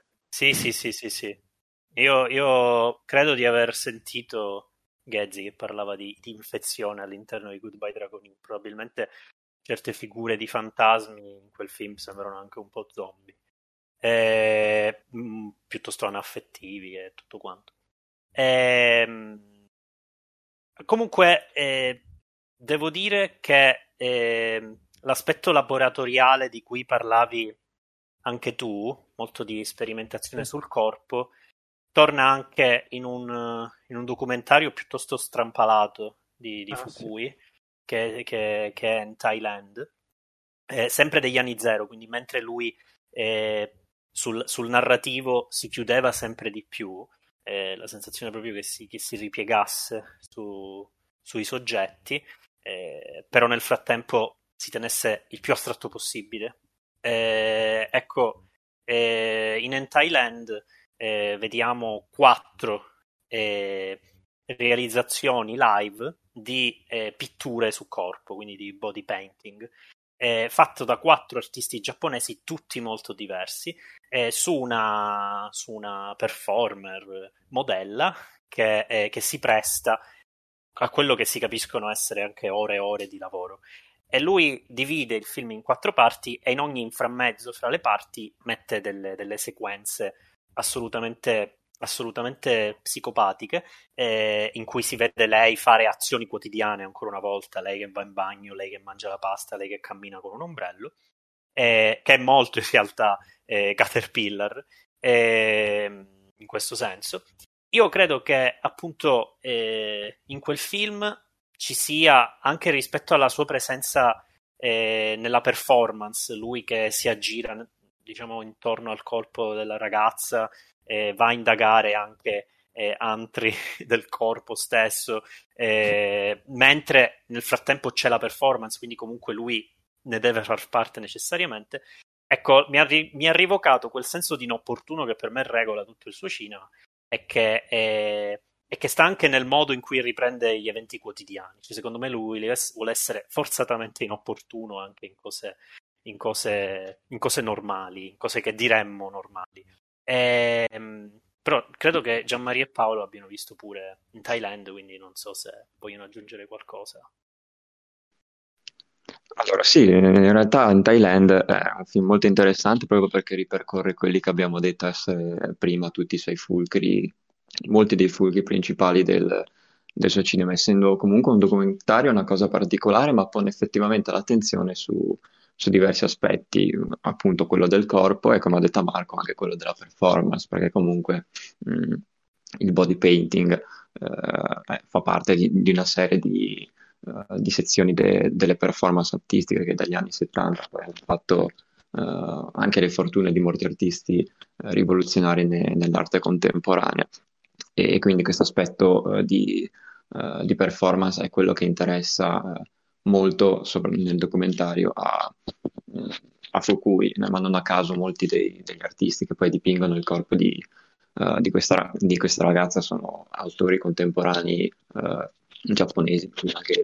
Io credo di aver sentito Ghezzi che parlava di infezione all'interno di Goodbye Dragon Inn. Probabilmente certe figure di fantasmi in quel film sembrano anche un po' zombie, piuttosto anaffettivi e tutto quanto. Comunque devo dire che l'aspetto laboratoriale di cui parlavi anche tu, molto di sperimentazione sul corpo, torna anche in un documentario piuttosto strampalato di Fukui, sì, che è in Thailand, sempre degli anni zero, quindi mentre lui sul narrativo si chiudeva sempre di più, la sensazione proprio che si ripiegasse sui soggetti, però nel frattempo si tenesse il più astratto possibile. Ecco, in Thailand vediamo 4 realizzazioni live di pitture su corpo, quindi di body painting, fatto da 4 artisti giapponesi, tutti molto diversi, su una performer modella che si presta a quello che si capiscono essere anche ore e ore di lavoro. E lui divide il film in 4 parti e in ogni inframmezzo fra le parti mette delle sequenze assolutamente psicopatiche, in cui si vede lei fare azioni quotidiane ancora una volta, lei che va in bagno, lei che mangia la pasta, lei che cammina con un ombrello, che è molto in realtà Caterpillar in questo senso. Io credo che appunto in quel film ci sia, anche rispetto alla sua presenza nella performance, lui che si aggira diciamo intorno al corpo della ragazza, va a indagare anche antri del corpo stesso, mentre nel frattempo c'è la performance, quindi comunque lui ne deve far parte necessariamente. Ecco, mi ha rivocato quel senso di inopportuno che per me regola tutto il suo cinema e che sta anche nel modo in cui riprende gli eventi quotidiani. Cioè, secondo me lui vuole essere forzatamente inopportuno anche in cose normali, in cose che diremmo normali. Però credo che Gianmaria e Paolo abbiano visto pure in Thailand, quindi non so se vogliono aggiungere qualcosa. Allora, sì, in realtà in Thailand è un film molto interessante proprio perché ripercorre quelli che abbiamo detto essere prima tutti i suoi fulcri, molti dei fulcri principali del suo cinema, essendo comunque un documentario, una cosa particolare, ma pone effettivamente l'attenzione su diversi aspetti, appunto quello del corpo e come ha detto Marco, anche quello della performance, perché comunque il body painting fa parte di una serie di sezioni delle performance artistiche che dagli anni 70 poi hanno fatto anche le fortune di molti artisti rivoluzionari nell'arte contemporanea. E quindi questo aspetto di performance è quello che interessa molto nel documentario a Fukui, ma non a caso molti degli artisti che poi dipingono il corpo di questa ragazza sono autori contemporanei giapponesi, quindi anche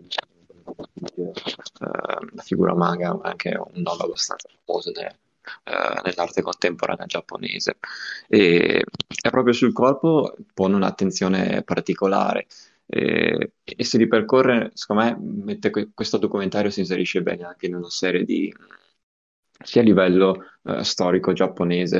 la figura manga è anche un nome abbastanza famoso nell'arte contemporanea giapponese. E proprio sul corpo pone un'attenzione particolare. E si ripercorre, secondo me, questo documentario si inserisce bene anche in una serie sia a livello storico giapponese,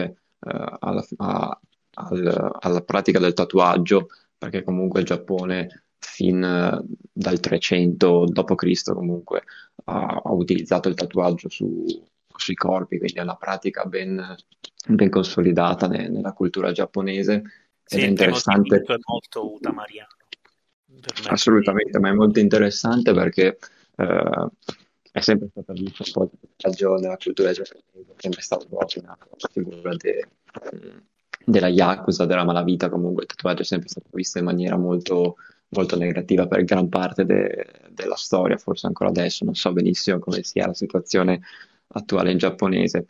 alla pratica del tatuaggio, perché comunque il Giappone fin dal 300 d.C. comunque ha utilizzato il tatuaggio sui corpi, quindi è una pratica ben consolidata nella cultura giapponese Sì, ed è il primo interessante. dipinto è molto utamariano, permettimi di... Assolutamente, ma è molto interessante perché è sempre stata vista un po' il tatuaggio nella cultura giapponese, è sempre stato proprio una figura della Yakuza, della malavita, comunque il tatuaggio è sempre stato visto in maniera molto, molto negativa per gran parte della storia, forse ancora adesso, non so benissimo come sia la situazione attuale in giapponese.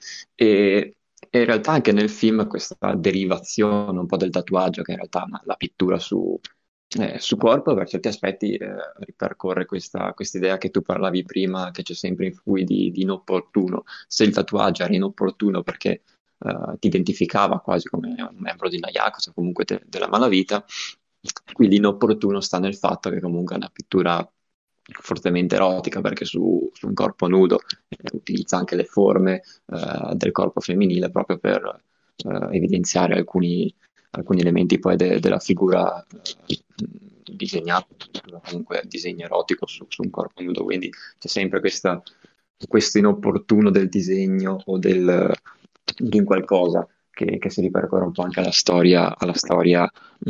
E in realtà anche nel film questa derivazione un po' del tatuaggio, che in realtà è la pittura su corpo, per certi aspetti ripercorre questa idea che tu parlavi prima, che c'è sempre in cui di inopportuno. Se il tatuaggio era inopportuno perché ti identificava quasi come un membro di una Yakuza, comunque della malavita, qui l'inopportuno sta nel fatto che comunque è una pittura fortemente erotica, perché su un corpo nudo utilizza anche le forme del corpo femminile proprio per evidenziare alcuni elementi poi della figura disegnata, comunque disegno erotico su un corpo nudo, quindi c'è sempre questo inopportuno del disegno o di un qualcosa che si ripercorre un po' anche alla storia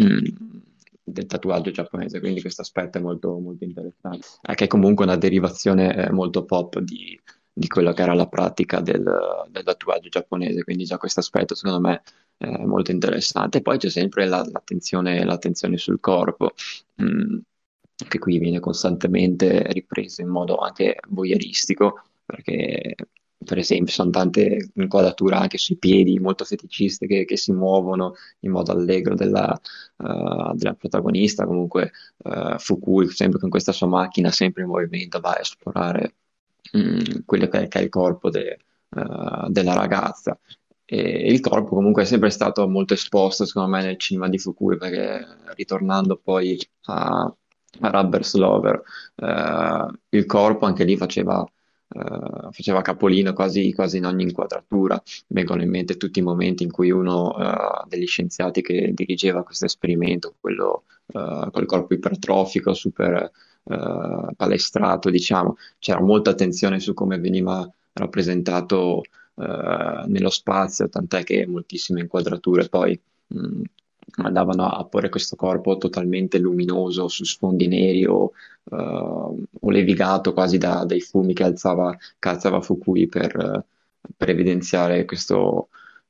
del tatuaggio giapponese, quindi questo aspetto è molto, molto interessante. È che è comunque una derivazione molto pop di quello che era la pratica del tatuaggio giapponese, quindi già questo aspetto secondo me è molto interessante. Poi c'è sempre l'attenzione sul corpo, mh, che qui viene costantemente ripreso in modo anche voyeuristico, perché per esempio sono tante inquadrature anche sui piedi molto feticiste che si muovono in modo allegro della protagonista, comunque Fukui sempre con questa sua macchina sempre in movimento va a esplorare quello che è il corpo della ragazza. E il corpo comunque è sempre stato molto esposto, secondo me, nel cinema di Fukui, perché ritornando poi a Rubber Lover, il corpo anche lì faceva capolino quasi in ogni inquadratura. Vengono in mente tutti i momenti in cui uno degli scienziati che dirigeva questo esperimento, quello col corpo ipertrofico, super palestrato, diciamo, c'era molta attenzione su come veniva rappresentato nello spazio, tant'è che moltissime inquadrature poi andavano a porre questo corpo totalmente luminoso su sfondi neri o levigato quasi dai fumi che alzava Fukui per evidenziare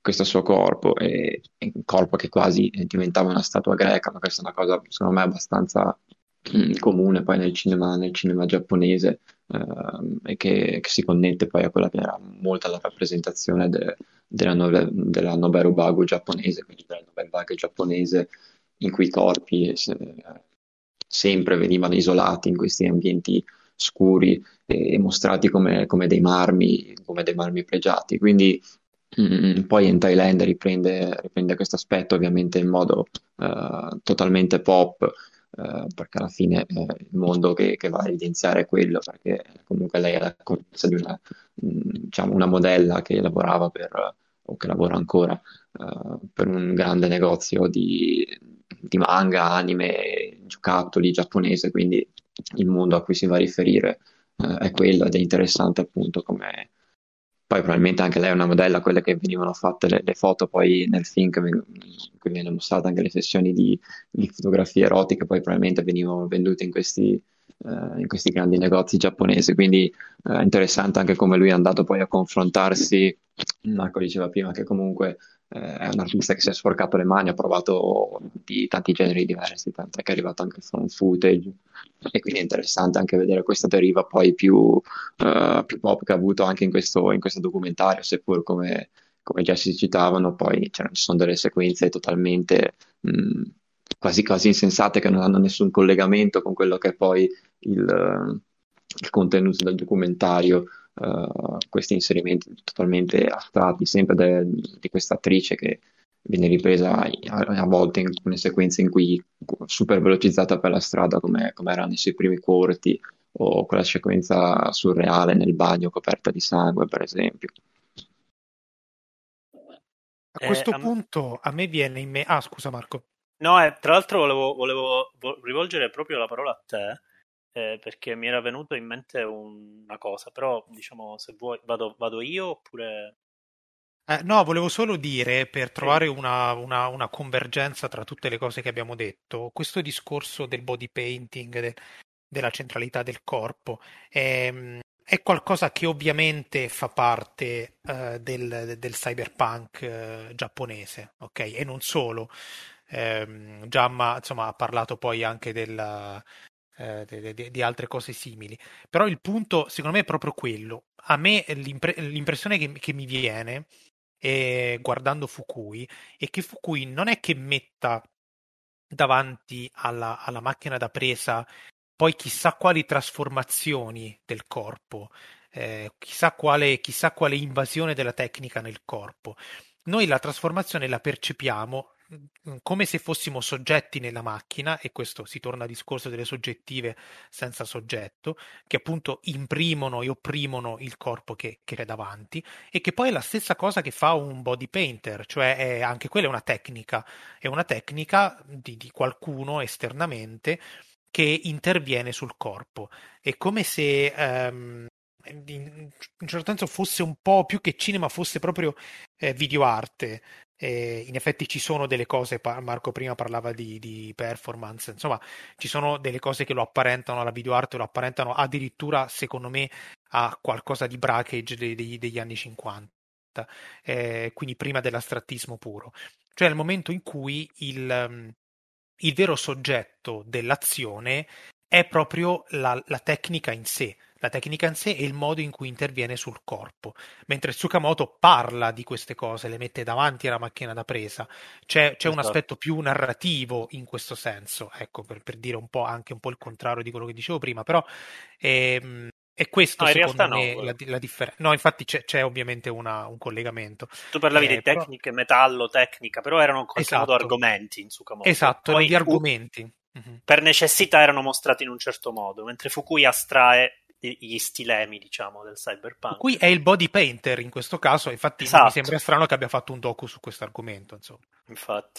questo suo corpo, e un corpo che quasi diventava una statua greca, ma questa è una cosa secondo me abbastanza comune poi nel cinema giapponese, e che si connette poi a quella che era molta la rappresentazione della Noberu Bagu giapponese, quindi della Nouvelle Vague giapponese, in cui i corpi sempre venivano isolati in questi ambienti scuri e mostrati come dei marmi pregiati. Quindi poi in Thailand riprende questo aspetto ovviamente in modo totalmente pop, perché alla fine il mondo che va a evidenziare è quello, perché comunque lei è la comparsa di diciamo, una modella che lavorava o che lavora ancora, per un grande negozio di manga, anime, giocattoli giapponese, quindi il mondo a cui si va a riferire è quello, ed è interessante appunto come poi probabilmente anche lei è una modella, quelle che venivano fatte le foto poi nel film, in cui viene mostrata anche le sessioni di fotografie erotiche, poi probabilmente venivano vendute in questi grandi negozi giapponesi, quindi è interessante anche come lui è andato poi a confrontarsi. Marco diceva prima che comunque è un artista che si è sporcato le mani, ha provato di tanti generi diversi, tanto che è arrivato anche il found footage, e quindi è interessante anche vedere questa deriva poi più pop che ha avuto anche in questo documentario, seppur come già si citavano, poi ci sono delle sequenze totalmente quasi quasi insensate, che non hanno nessun collegamento con quello che è poi il contenuto del documentario, questi inserimenti totalmente astratti, sempre di questa attrice che viene ripresa a volte in alcune sequenze in cui super velocizzata per la strada come era nei suoi primi corti, o quella sequenza surreale nel bagno coperta di sangue, per esempio. A questo A punto a me viene in mente... Ah, scusa Marco. No, tra l'altro volevo rivolgere proprio la parola a te, perché mi era venuto in mente una cosa, però diciamo se vuoi vado io oppure... No, volevo solo dire, per Sì. trovare una convergenza tra tutte le cose che abbiamo detto, questo discorso del body painting, della centralità del corpo, è qualcosa che ovviamente fa parte del cyberpunk giapponese, ok? E non solo. Giamma, insomma, ha parlato poi anche di altre cose simili. Però il punto, secondo me, è proprio quello. A me l'impressione che mi viene, guardando Fukui, è che Fukui non è che metta davanti alla macchina da presa poi chissà quali trasformazioni del corpo, chissà quale invasione della tecnica nel corpo. Noi la trasformazione la percepiamo come se fossimo soggetti nella macchina, e questo si torna al discorso delle soggettive senza soggetto, che appunto imprimono e opprimono il corpo che è davanti, e che poi è la stessa cosa che fa un body painter, cioè anche quella è una tecnica di qualcuno esternamente che interviene sul corpo. È come se in un certo senso fosse un po' più che cinema, fosse proprio videoarte. In effetti ci sono delle cose, Marco prima parlava di performance, insomma ci sono delle cose che lo apparentano alla videoarte, lo apparentano addirittura secondo me a qualcosa di Brakhage degli anni 50, quindi prima dell'astrattismo puro. Cioè il momento in cui il vero soggetto dell'azione è proprio la tecnica in sé. La tecnica in sé è il modo in cui interviene sul corpo, mentre Tsukamoto parla di queste cose, le mette davanti alla macchina da presa. C'è un Esatto. aspetto più narrativo in questo senso, ecco, per dire un po' anche un po' il contrario di quello che dicevo prima, però è questo No, in realtà secondo no. me la differenza. No, infatti c'è ovviamente un collegamento. Tu parlavi di Però, tecniche, metallo, tecnica, però erano in qualche modo esatto, argomenti in Tsukamoto. esatto, erano Poi di argomenti. Mhm. per necessità erano mostrati in un certo modo, mentre Fukui astrae gli stilemi, diciamo, del Qui cyberpunk. è il body painter in questo caso, infatti non mi Esatto, sembra strano che abbia fatto un docu su questo argomento, insomma. infatti.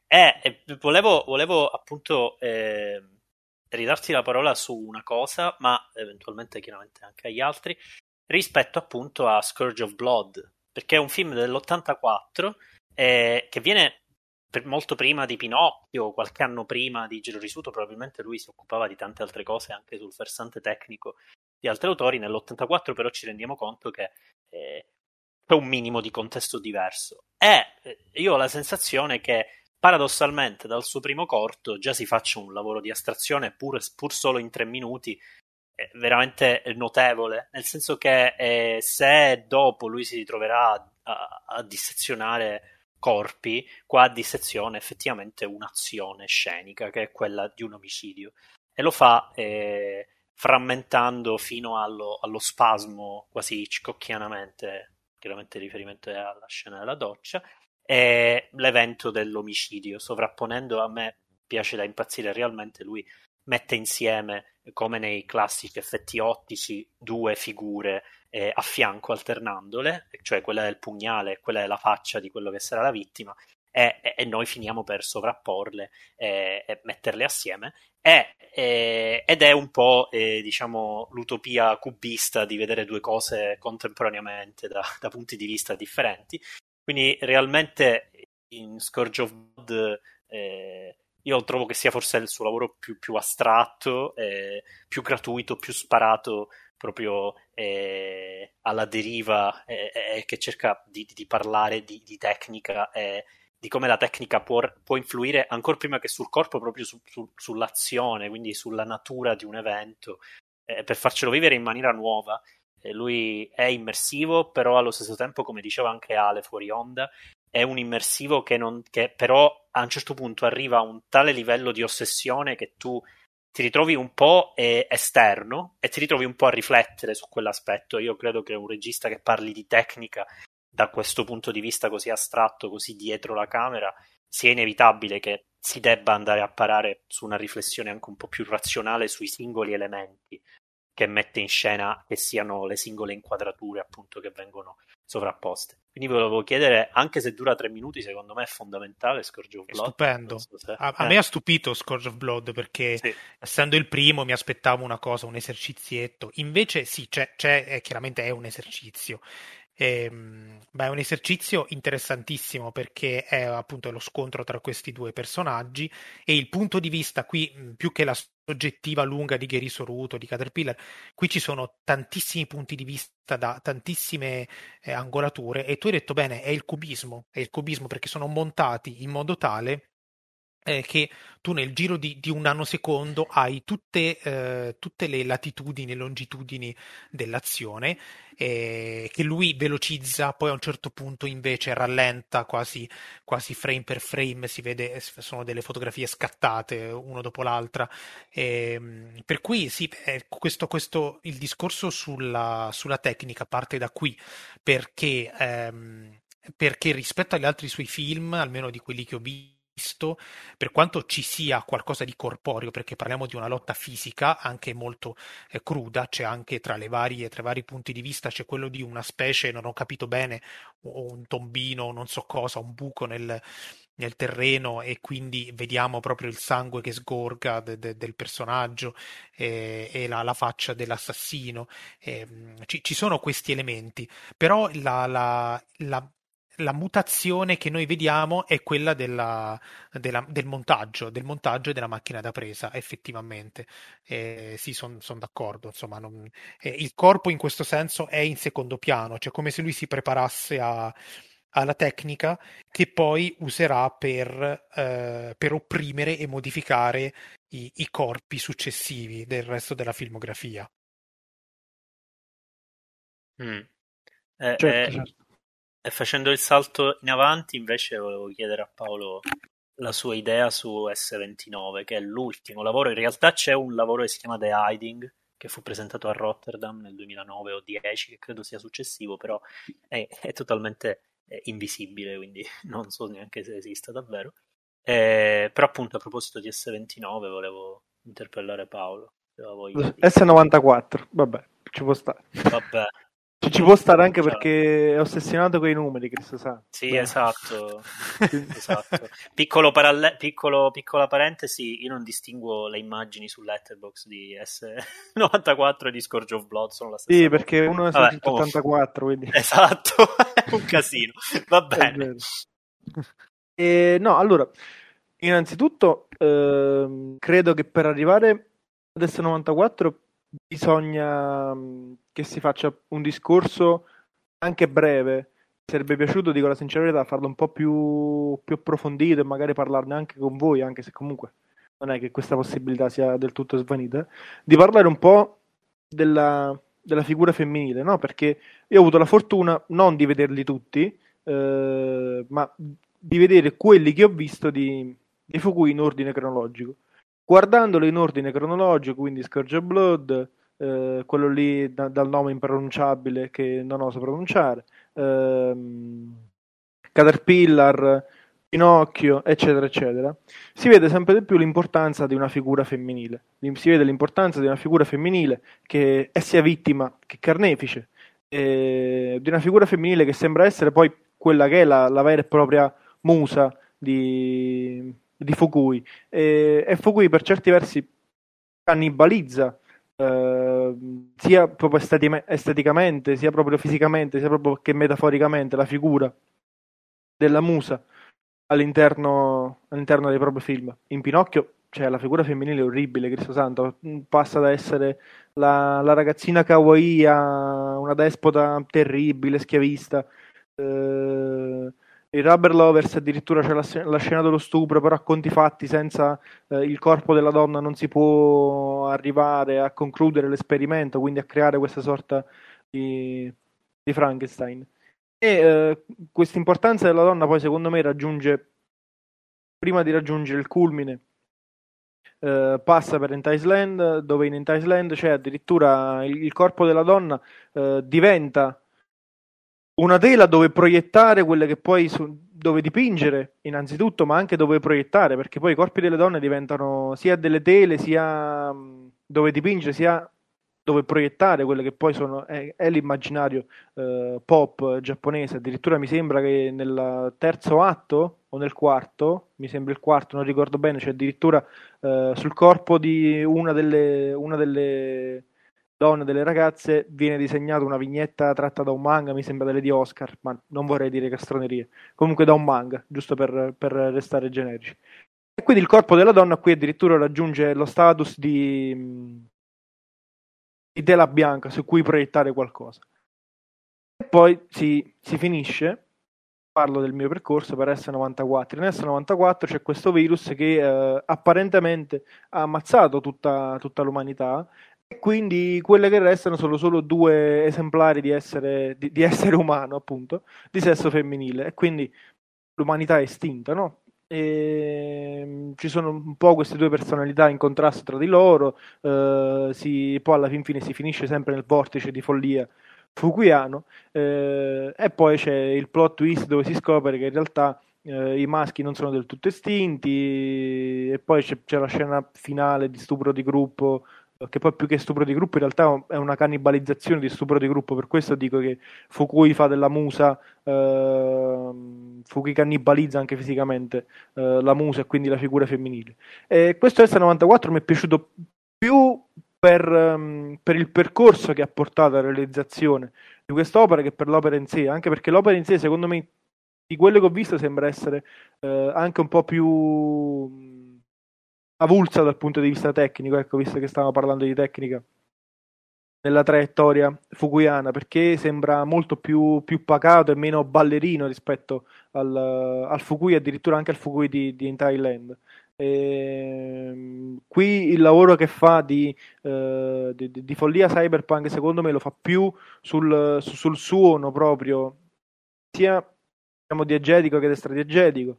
Volevo appunto ridarti la parola su una cosa, ma eventualmente chiaramente anche agli altri, rispetto appunto a Scourge of Blood, perché è un film dell'84 che viene molto prima di Pinocchio, qualche anno prima di Giro Risuto, probabilmente lui si occupava di tante altre cose anche sul versante tecnico di altri autori. Nell'84 però ci rendiamo conto che c'è un minimo di contesto diverso. E io ho la sensazione che paradossalmente dal suo primo corto già si faccia un lavoro di astrazione pur solo in 3 minuti veramente notevole, nel senso che se dopo lui si ritroverà a dissezionare corpi, qua a dissezione effettivamente un'azione scenica che è quella di un omicidio, e lo fa frammentando fino allo spasmo quasi hitchcockianamente, chiaramente riferimento è alla scena della doccia, e l'evento dell'omicidio, sovrapponendo, a me piace da impazzire realmente, lui mette insieme, come nei classici effetti ottici, 2 figure a fianco alternandole, cioè quella del pugnale e quella della faccia di quello che sarà la vittima, e noi finiamo per sovrapporle e metterle assieme, ed è un po' diciamo l'utopia cubista di vedere 2 cose contemporaneamente da punti di vista differenti. Quindi realmente in Scourge of Blood io trovo che sia forse il suo lavoro più astratto, più gratuito, più sparato proprio alla deriva, che cerca di parlare di tecnica e di come la tecnica può influire ancora prima che sul corpo, proprio sull'azione, quindi sulla natura di un evento, per farcelo vivere in maniera nuova. Lui è immersivo, però allo stesso tempo, come diceva anche Ale fuori onda, è un immersivo che però a un certo punto arriva a un tale livello di ossessione che tu ti ritrovi un po' esterno e ti ritrovi un po' a riflettere su quell'aspetto. Io credo che un regista che parli di tecnica da questo punto di vista così astratto, così dietro la camera, sia inevitabile che si debba andare a parare su una riflessione anche un po' più razionale sui singoli elementi che mette in scena, che siano le singole inquadrature appunto che vengono sovrapposte. Quindi volevo chiedere, anche se dura 3 minuti, secondo me è fondamentale Scourge of Blood. È stupendo. So A me ha stupito Scourge of Blood perché sì, essendo il primo mi aspettavo una cosa, un esercizietto. Invece sì, chiaramente è un esercizio. È un esercizio interessantissimo perché è appunto lo scontro tra questi 2 personaggi e il punto di vista qui, più che la soggettiva lunga di Gary Soruto, di Caterpillar, qui ci sono tantissimi punti di vista da tantissime angolature, e tu hai detto bene, è il cubismo perché sono montati in modo tale che tu nel giro di un nanosecondo hai tutte le latitudini e longitudini dell'azione, che lui velocizza, poi a un certo punto invece rallenta quasi frame per frame, si vede, sono delle fotografie scattate uno dopo l'altra, per cui sì, il discorso sulla tecnica parte da qui, perché rispetto agli altri suoi film, almeno di quelli che ho visto, per quanto ci sia qualcosa di corporeo, perché parliamo di una lotta fisica anche molto cruda, c'è anche tra i vari punti di vista, c'è quello di una specie, non ho capito bene, o un tombino, non so cosa, un buco nel terreno, e quindi vediamo proprio il sangue che sgorga del personaggio, e la faccia dell'assassino. Ci sono questi elementi, però la mutazione che noi vediamo è quella del montaggio e della macchina da presa, effettivamente. Sì, sono d'accordo. Insomma, il corpo in questo senso è in secondo piano, cioè come se lui si preparasse alla tecnica che poi userà per opprimere e modificare i corpi successivi del resto della filmografia. Certo. E facendo il salto in avanti, invece, volevo chiedere a Paolo la sua idea su S29, che è l'ultimo lavoro. In realtà c'è un lavoro che si chiama The Hiding, che fu presentato a Rotterdam nel 2009 o 10, che credo sia successivo, però è totalmente invisibile, quindi non so neanche se esista davvero. Però appunto a proposito di S29 volevo interpellare Paolo. S94, vabbè, ci può stare. Vabbè. Ci può stare anche perché è ossessionato con i numeri, Cristo sa. Sì, beh. Esatto. Esatto. Piccola parentesi, io non distinguo le immagini su Letterboxd di S94 e di Scourge of Blood, sono la stessa Sì, cosa. perché uno è su 84, quindi... Esatto, è un casino. Va bene. No, allora, innanzitutto credo che per arrivare ad S94 bisogna che si faccia un discorso anche breve sarebbe piaciuto, dico la sincera verità, farlo un po' più approfondito e magari parlarne anche con voi, anche se comunque non è che questa possibilità sia del tutto svanita, di parlare un po' della figura femminile, no? Perché io ho avuto la fortuna non di vederli tutti, ma di vedere quelli che ho visto di Fukui in ordine cronologico. Guardandolo in ordine cronologico, quindi Scourge of Blood, quello lì dal nome impronunciabile che non oso pronunciare, Caterpillar, Pinocchio, eccetera, eccetera, si vede sempre di più l'importanza di una figura femminile. Si vede l'importanza di una figura femminile che è sia vittima che carnefice, di una figura femminile che sembra essere poi quella che è la vera e propria musa di Fukui. E Fukui per certi versi cannibalizza sia proprio esteticamente, sia proprio fisicamente, sia proprio che metaforicamente la figura della musa all'interno dei propri film. In Pinocchio c'è la figura femminile orribile, Cristo Santo, passa da essere la ragazzina kawaii a una despota terribile, schiavista. Il Rubber Lovers addirittura c'è la scena dello stupro, però a conti fatti senza il corpo della donna non si può arrivare a concludere l'esperimento, quindi a creare questa sorta di Frankenstein. E questa importanza della donna poi secondo me raggiunge, prima di raggiungere il culmine, passa per Entice Land, dove in Entice Land c'è addirittura il corpo della donna diventa una tela dove proiettare quelle che poi dove dipingere innanzitutto, ma anche dove proiettare, perché poi i corpi delle donne diventano sia delle tele, sia dove dipingere, sia dove proiettare quelle che poi sono è l'immaginario pop giapponese. Addirittura mi sembra che nel terzo atto o nel quarto, mi sembra il quarto, non ricordo bene, c'è addirittura sul corpo di una delle donne, delle ragazze, viene disegnata una vignetta tratta da un manga, mi sembra delle di Oscar, ma non vorrei dire castronerie, comunque da un manga, giusto per restare generici. E quindi il corpo della donna qui addirittura raggiunge lo status di tela bianca su cui proiettare qualcosa. E poi si finisce, parlo del mio percorso per S94. In S94 c'è questo virus che apparentemente ha ammazzato tutta l'umanità, e quindi quelle che restano sono solo 2 esemplari di essere umano, appunto, di sesso femminile, e quindi l'umanità è estinta, no? E ci sono un po' queste 2 personalità in contrasto tra di loro, poi alla fine si finisce sempre nel vortice di follia Fukuyano, e poi c'è il plot twist dove si scopre che in realtà i maschi non sono del tutto estinti, e poi c'è la scena finale di stupro di gruppo, che poi più che stupro di gruppo in realtà è una cannibalizzazione di stupro di gruppo, per questo dico che Fukui fa della musa, Fukui cannibalizza anche fisicamente la musa e quindi la figura femminile. E questo S94 mi è piaciuto più per il percorso che ha portato alla realizzazione di quest'opera che per l'opera in sé, anche perché l'opera in sé secondo me di quello che ho visto sembra essere anche un po' più avulsa dal punto di vista tecnico, ecco, visto che stavamo parlando di tecnica nella traiettoria fukuyana, perché sembra molto più pacato e meno ballerino rispetto al Fukui, addirittura anche al Fukui di Thailand. Qui il lavoro che fa di follia cyberpunk secondo me lo fa più sul suono proprio, sia diciamo diegetico che estradiegetico,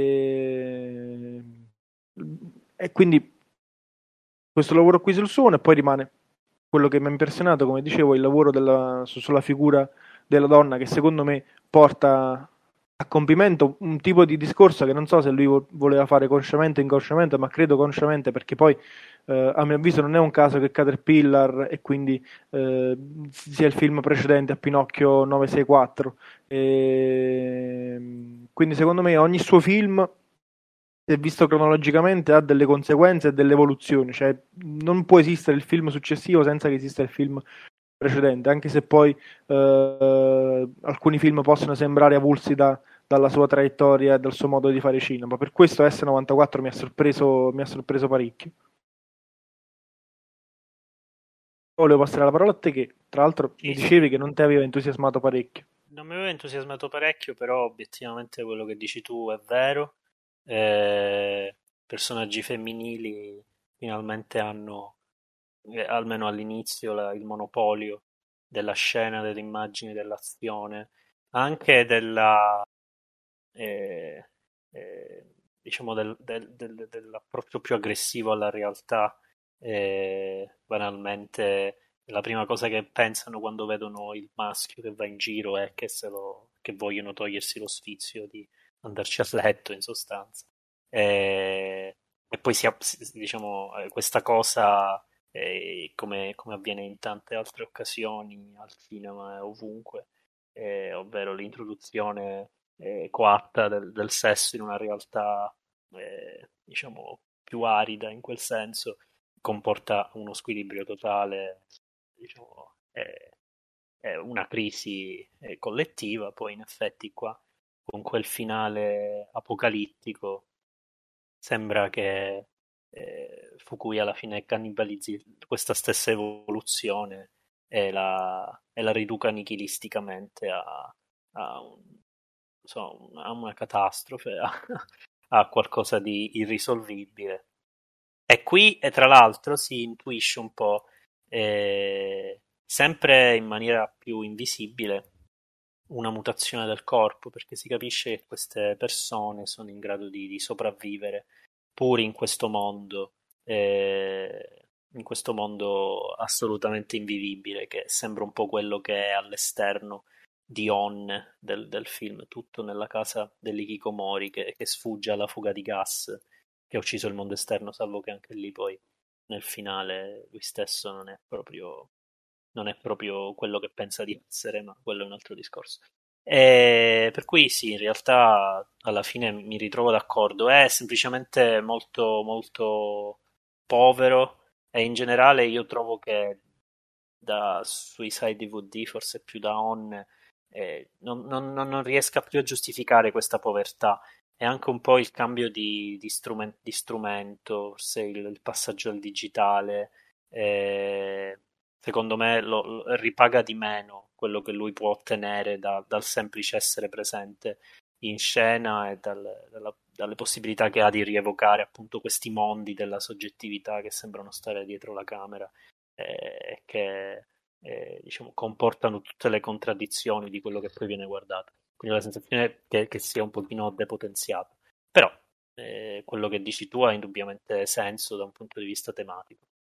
e quindi questo lavoro qui sul suono, e poi rimane quello che mi ha impressionato, come dicevo, il lavoro sulla figura della donna, che secondo me porta a compimento un tipo di discorso che non so se lui voleva fare consciamente o inconsciamente, ma credo consciamente, perché poi a mio avviso non è un caso che Caterpillar e quindi sia il film precedente a Pinocchio 964, quindi secondo me ogni suo film, se visto cronologicamente, ha delle conseguenze e delle evoluzioni, cioè non può esistere il film successivo senza che esista il film precedente, anche se poi alcuni film possono sembrare avulsi dalla sua traiettoria e dal suo modo di fare cinema. Per questo S94 mi ha sorpreso parecchio. Volevo passare la parola a te, che tra l'altro mi dicevi che non ti aveva entusiasmato parecchio. non mi aveva entusiasmato parecchio, però obiettivamente quello che dici tu è vero. Personaggi femminili finalmente hanno, almeno all'inizio, il monopolio della scena, dell'immagine, dell'azione, anche eh, diciamo dell'approccio più aggressivo alla realtà. Banalmente, la prima cosa che pensano quando vedono il maschio che va in giro è che vogliono togliersi lo sfizio di andarci a letto, in sostanza. E poi diciamo, questa cosa, come avviene in tante altre occasioni al cinema e ovunque, ovvero l'introduzione coatta del sesso in una realtà, diciamo, più arida in quel senso, comporta uno squilibrio totale, diciamo, è una crisi collettiva. Poi in effetti qua, con quel finale apocalittico, sembra che Fukui alla fine cannibalizzi questa stessa evoluzione e la riduca nichilisticamente a una catastrofe, a qualcosa di irrisolvibile. E qui, e tra l'altro, si intuisce un po', sempre in maniera più invisibile, una mutazione del corpo, perché si capisce che queste persone sono in grado di sopravvivere pur in questo mondo assolutamente invivibile, che sembra un po' quello che è all'esterno di On del film, tutto nella casa dell'Hikikomori che sfugge alla fuga di gas che ha ucciso il mondo esterno, salvo che anche lì poi nel finale lui stesso non è proprio quello che pensa di essere, ma quello è un altro discorso. E per cui sì, in realtà alla fine mi ritrovo d'accordo, è semplicemente molto molto povero, e in generale io trovo che da Suicide DVD, forse più da On, non riesca più a giustificare questa povertà. È anche un po' il cambio di strumento, forse il passaggio al digitale, secondo me lo ripaga di meno quello che lui può ottenere dal semplice essere presente in scena e dalle possibilità che ha di rievocare appunto questi mondi della soggettività che sembrano stare dietro la camera, che diciamo, comportano tutte le contraddizioni di quello che poi viene guardato. Quindi ho la sensazione che sia un pochino depotenziato. Però quello che dici tu ha indubbiamente senso da un punto di vista tematico.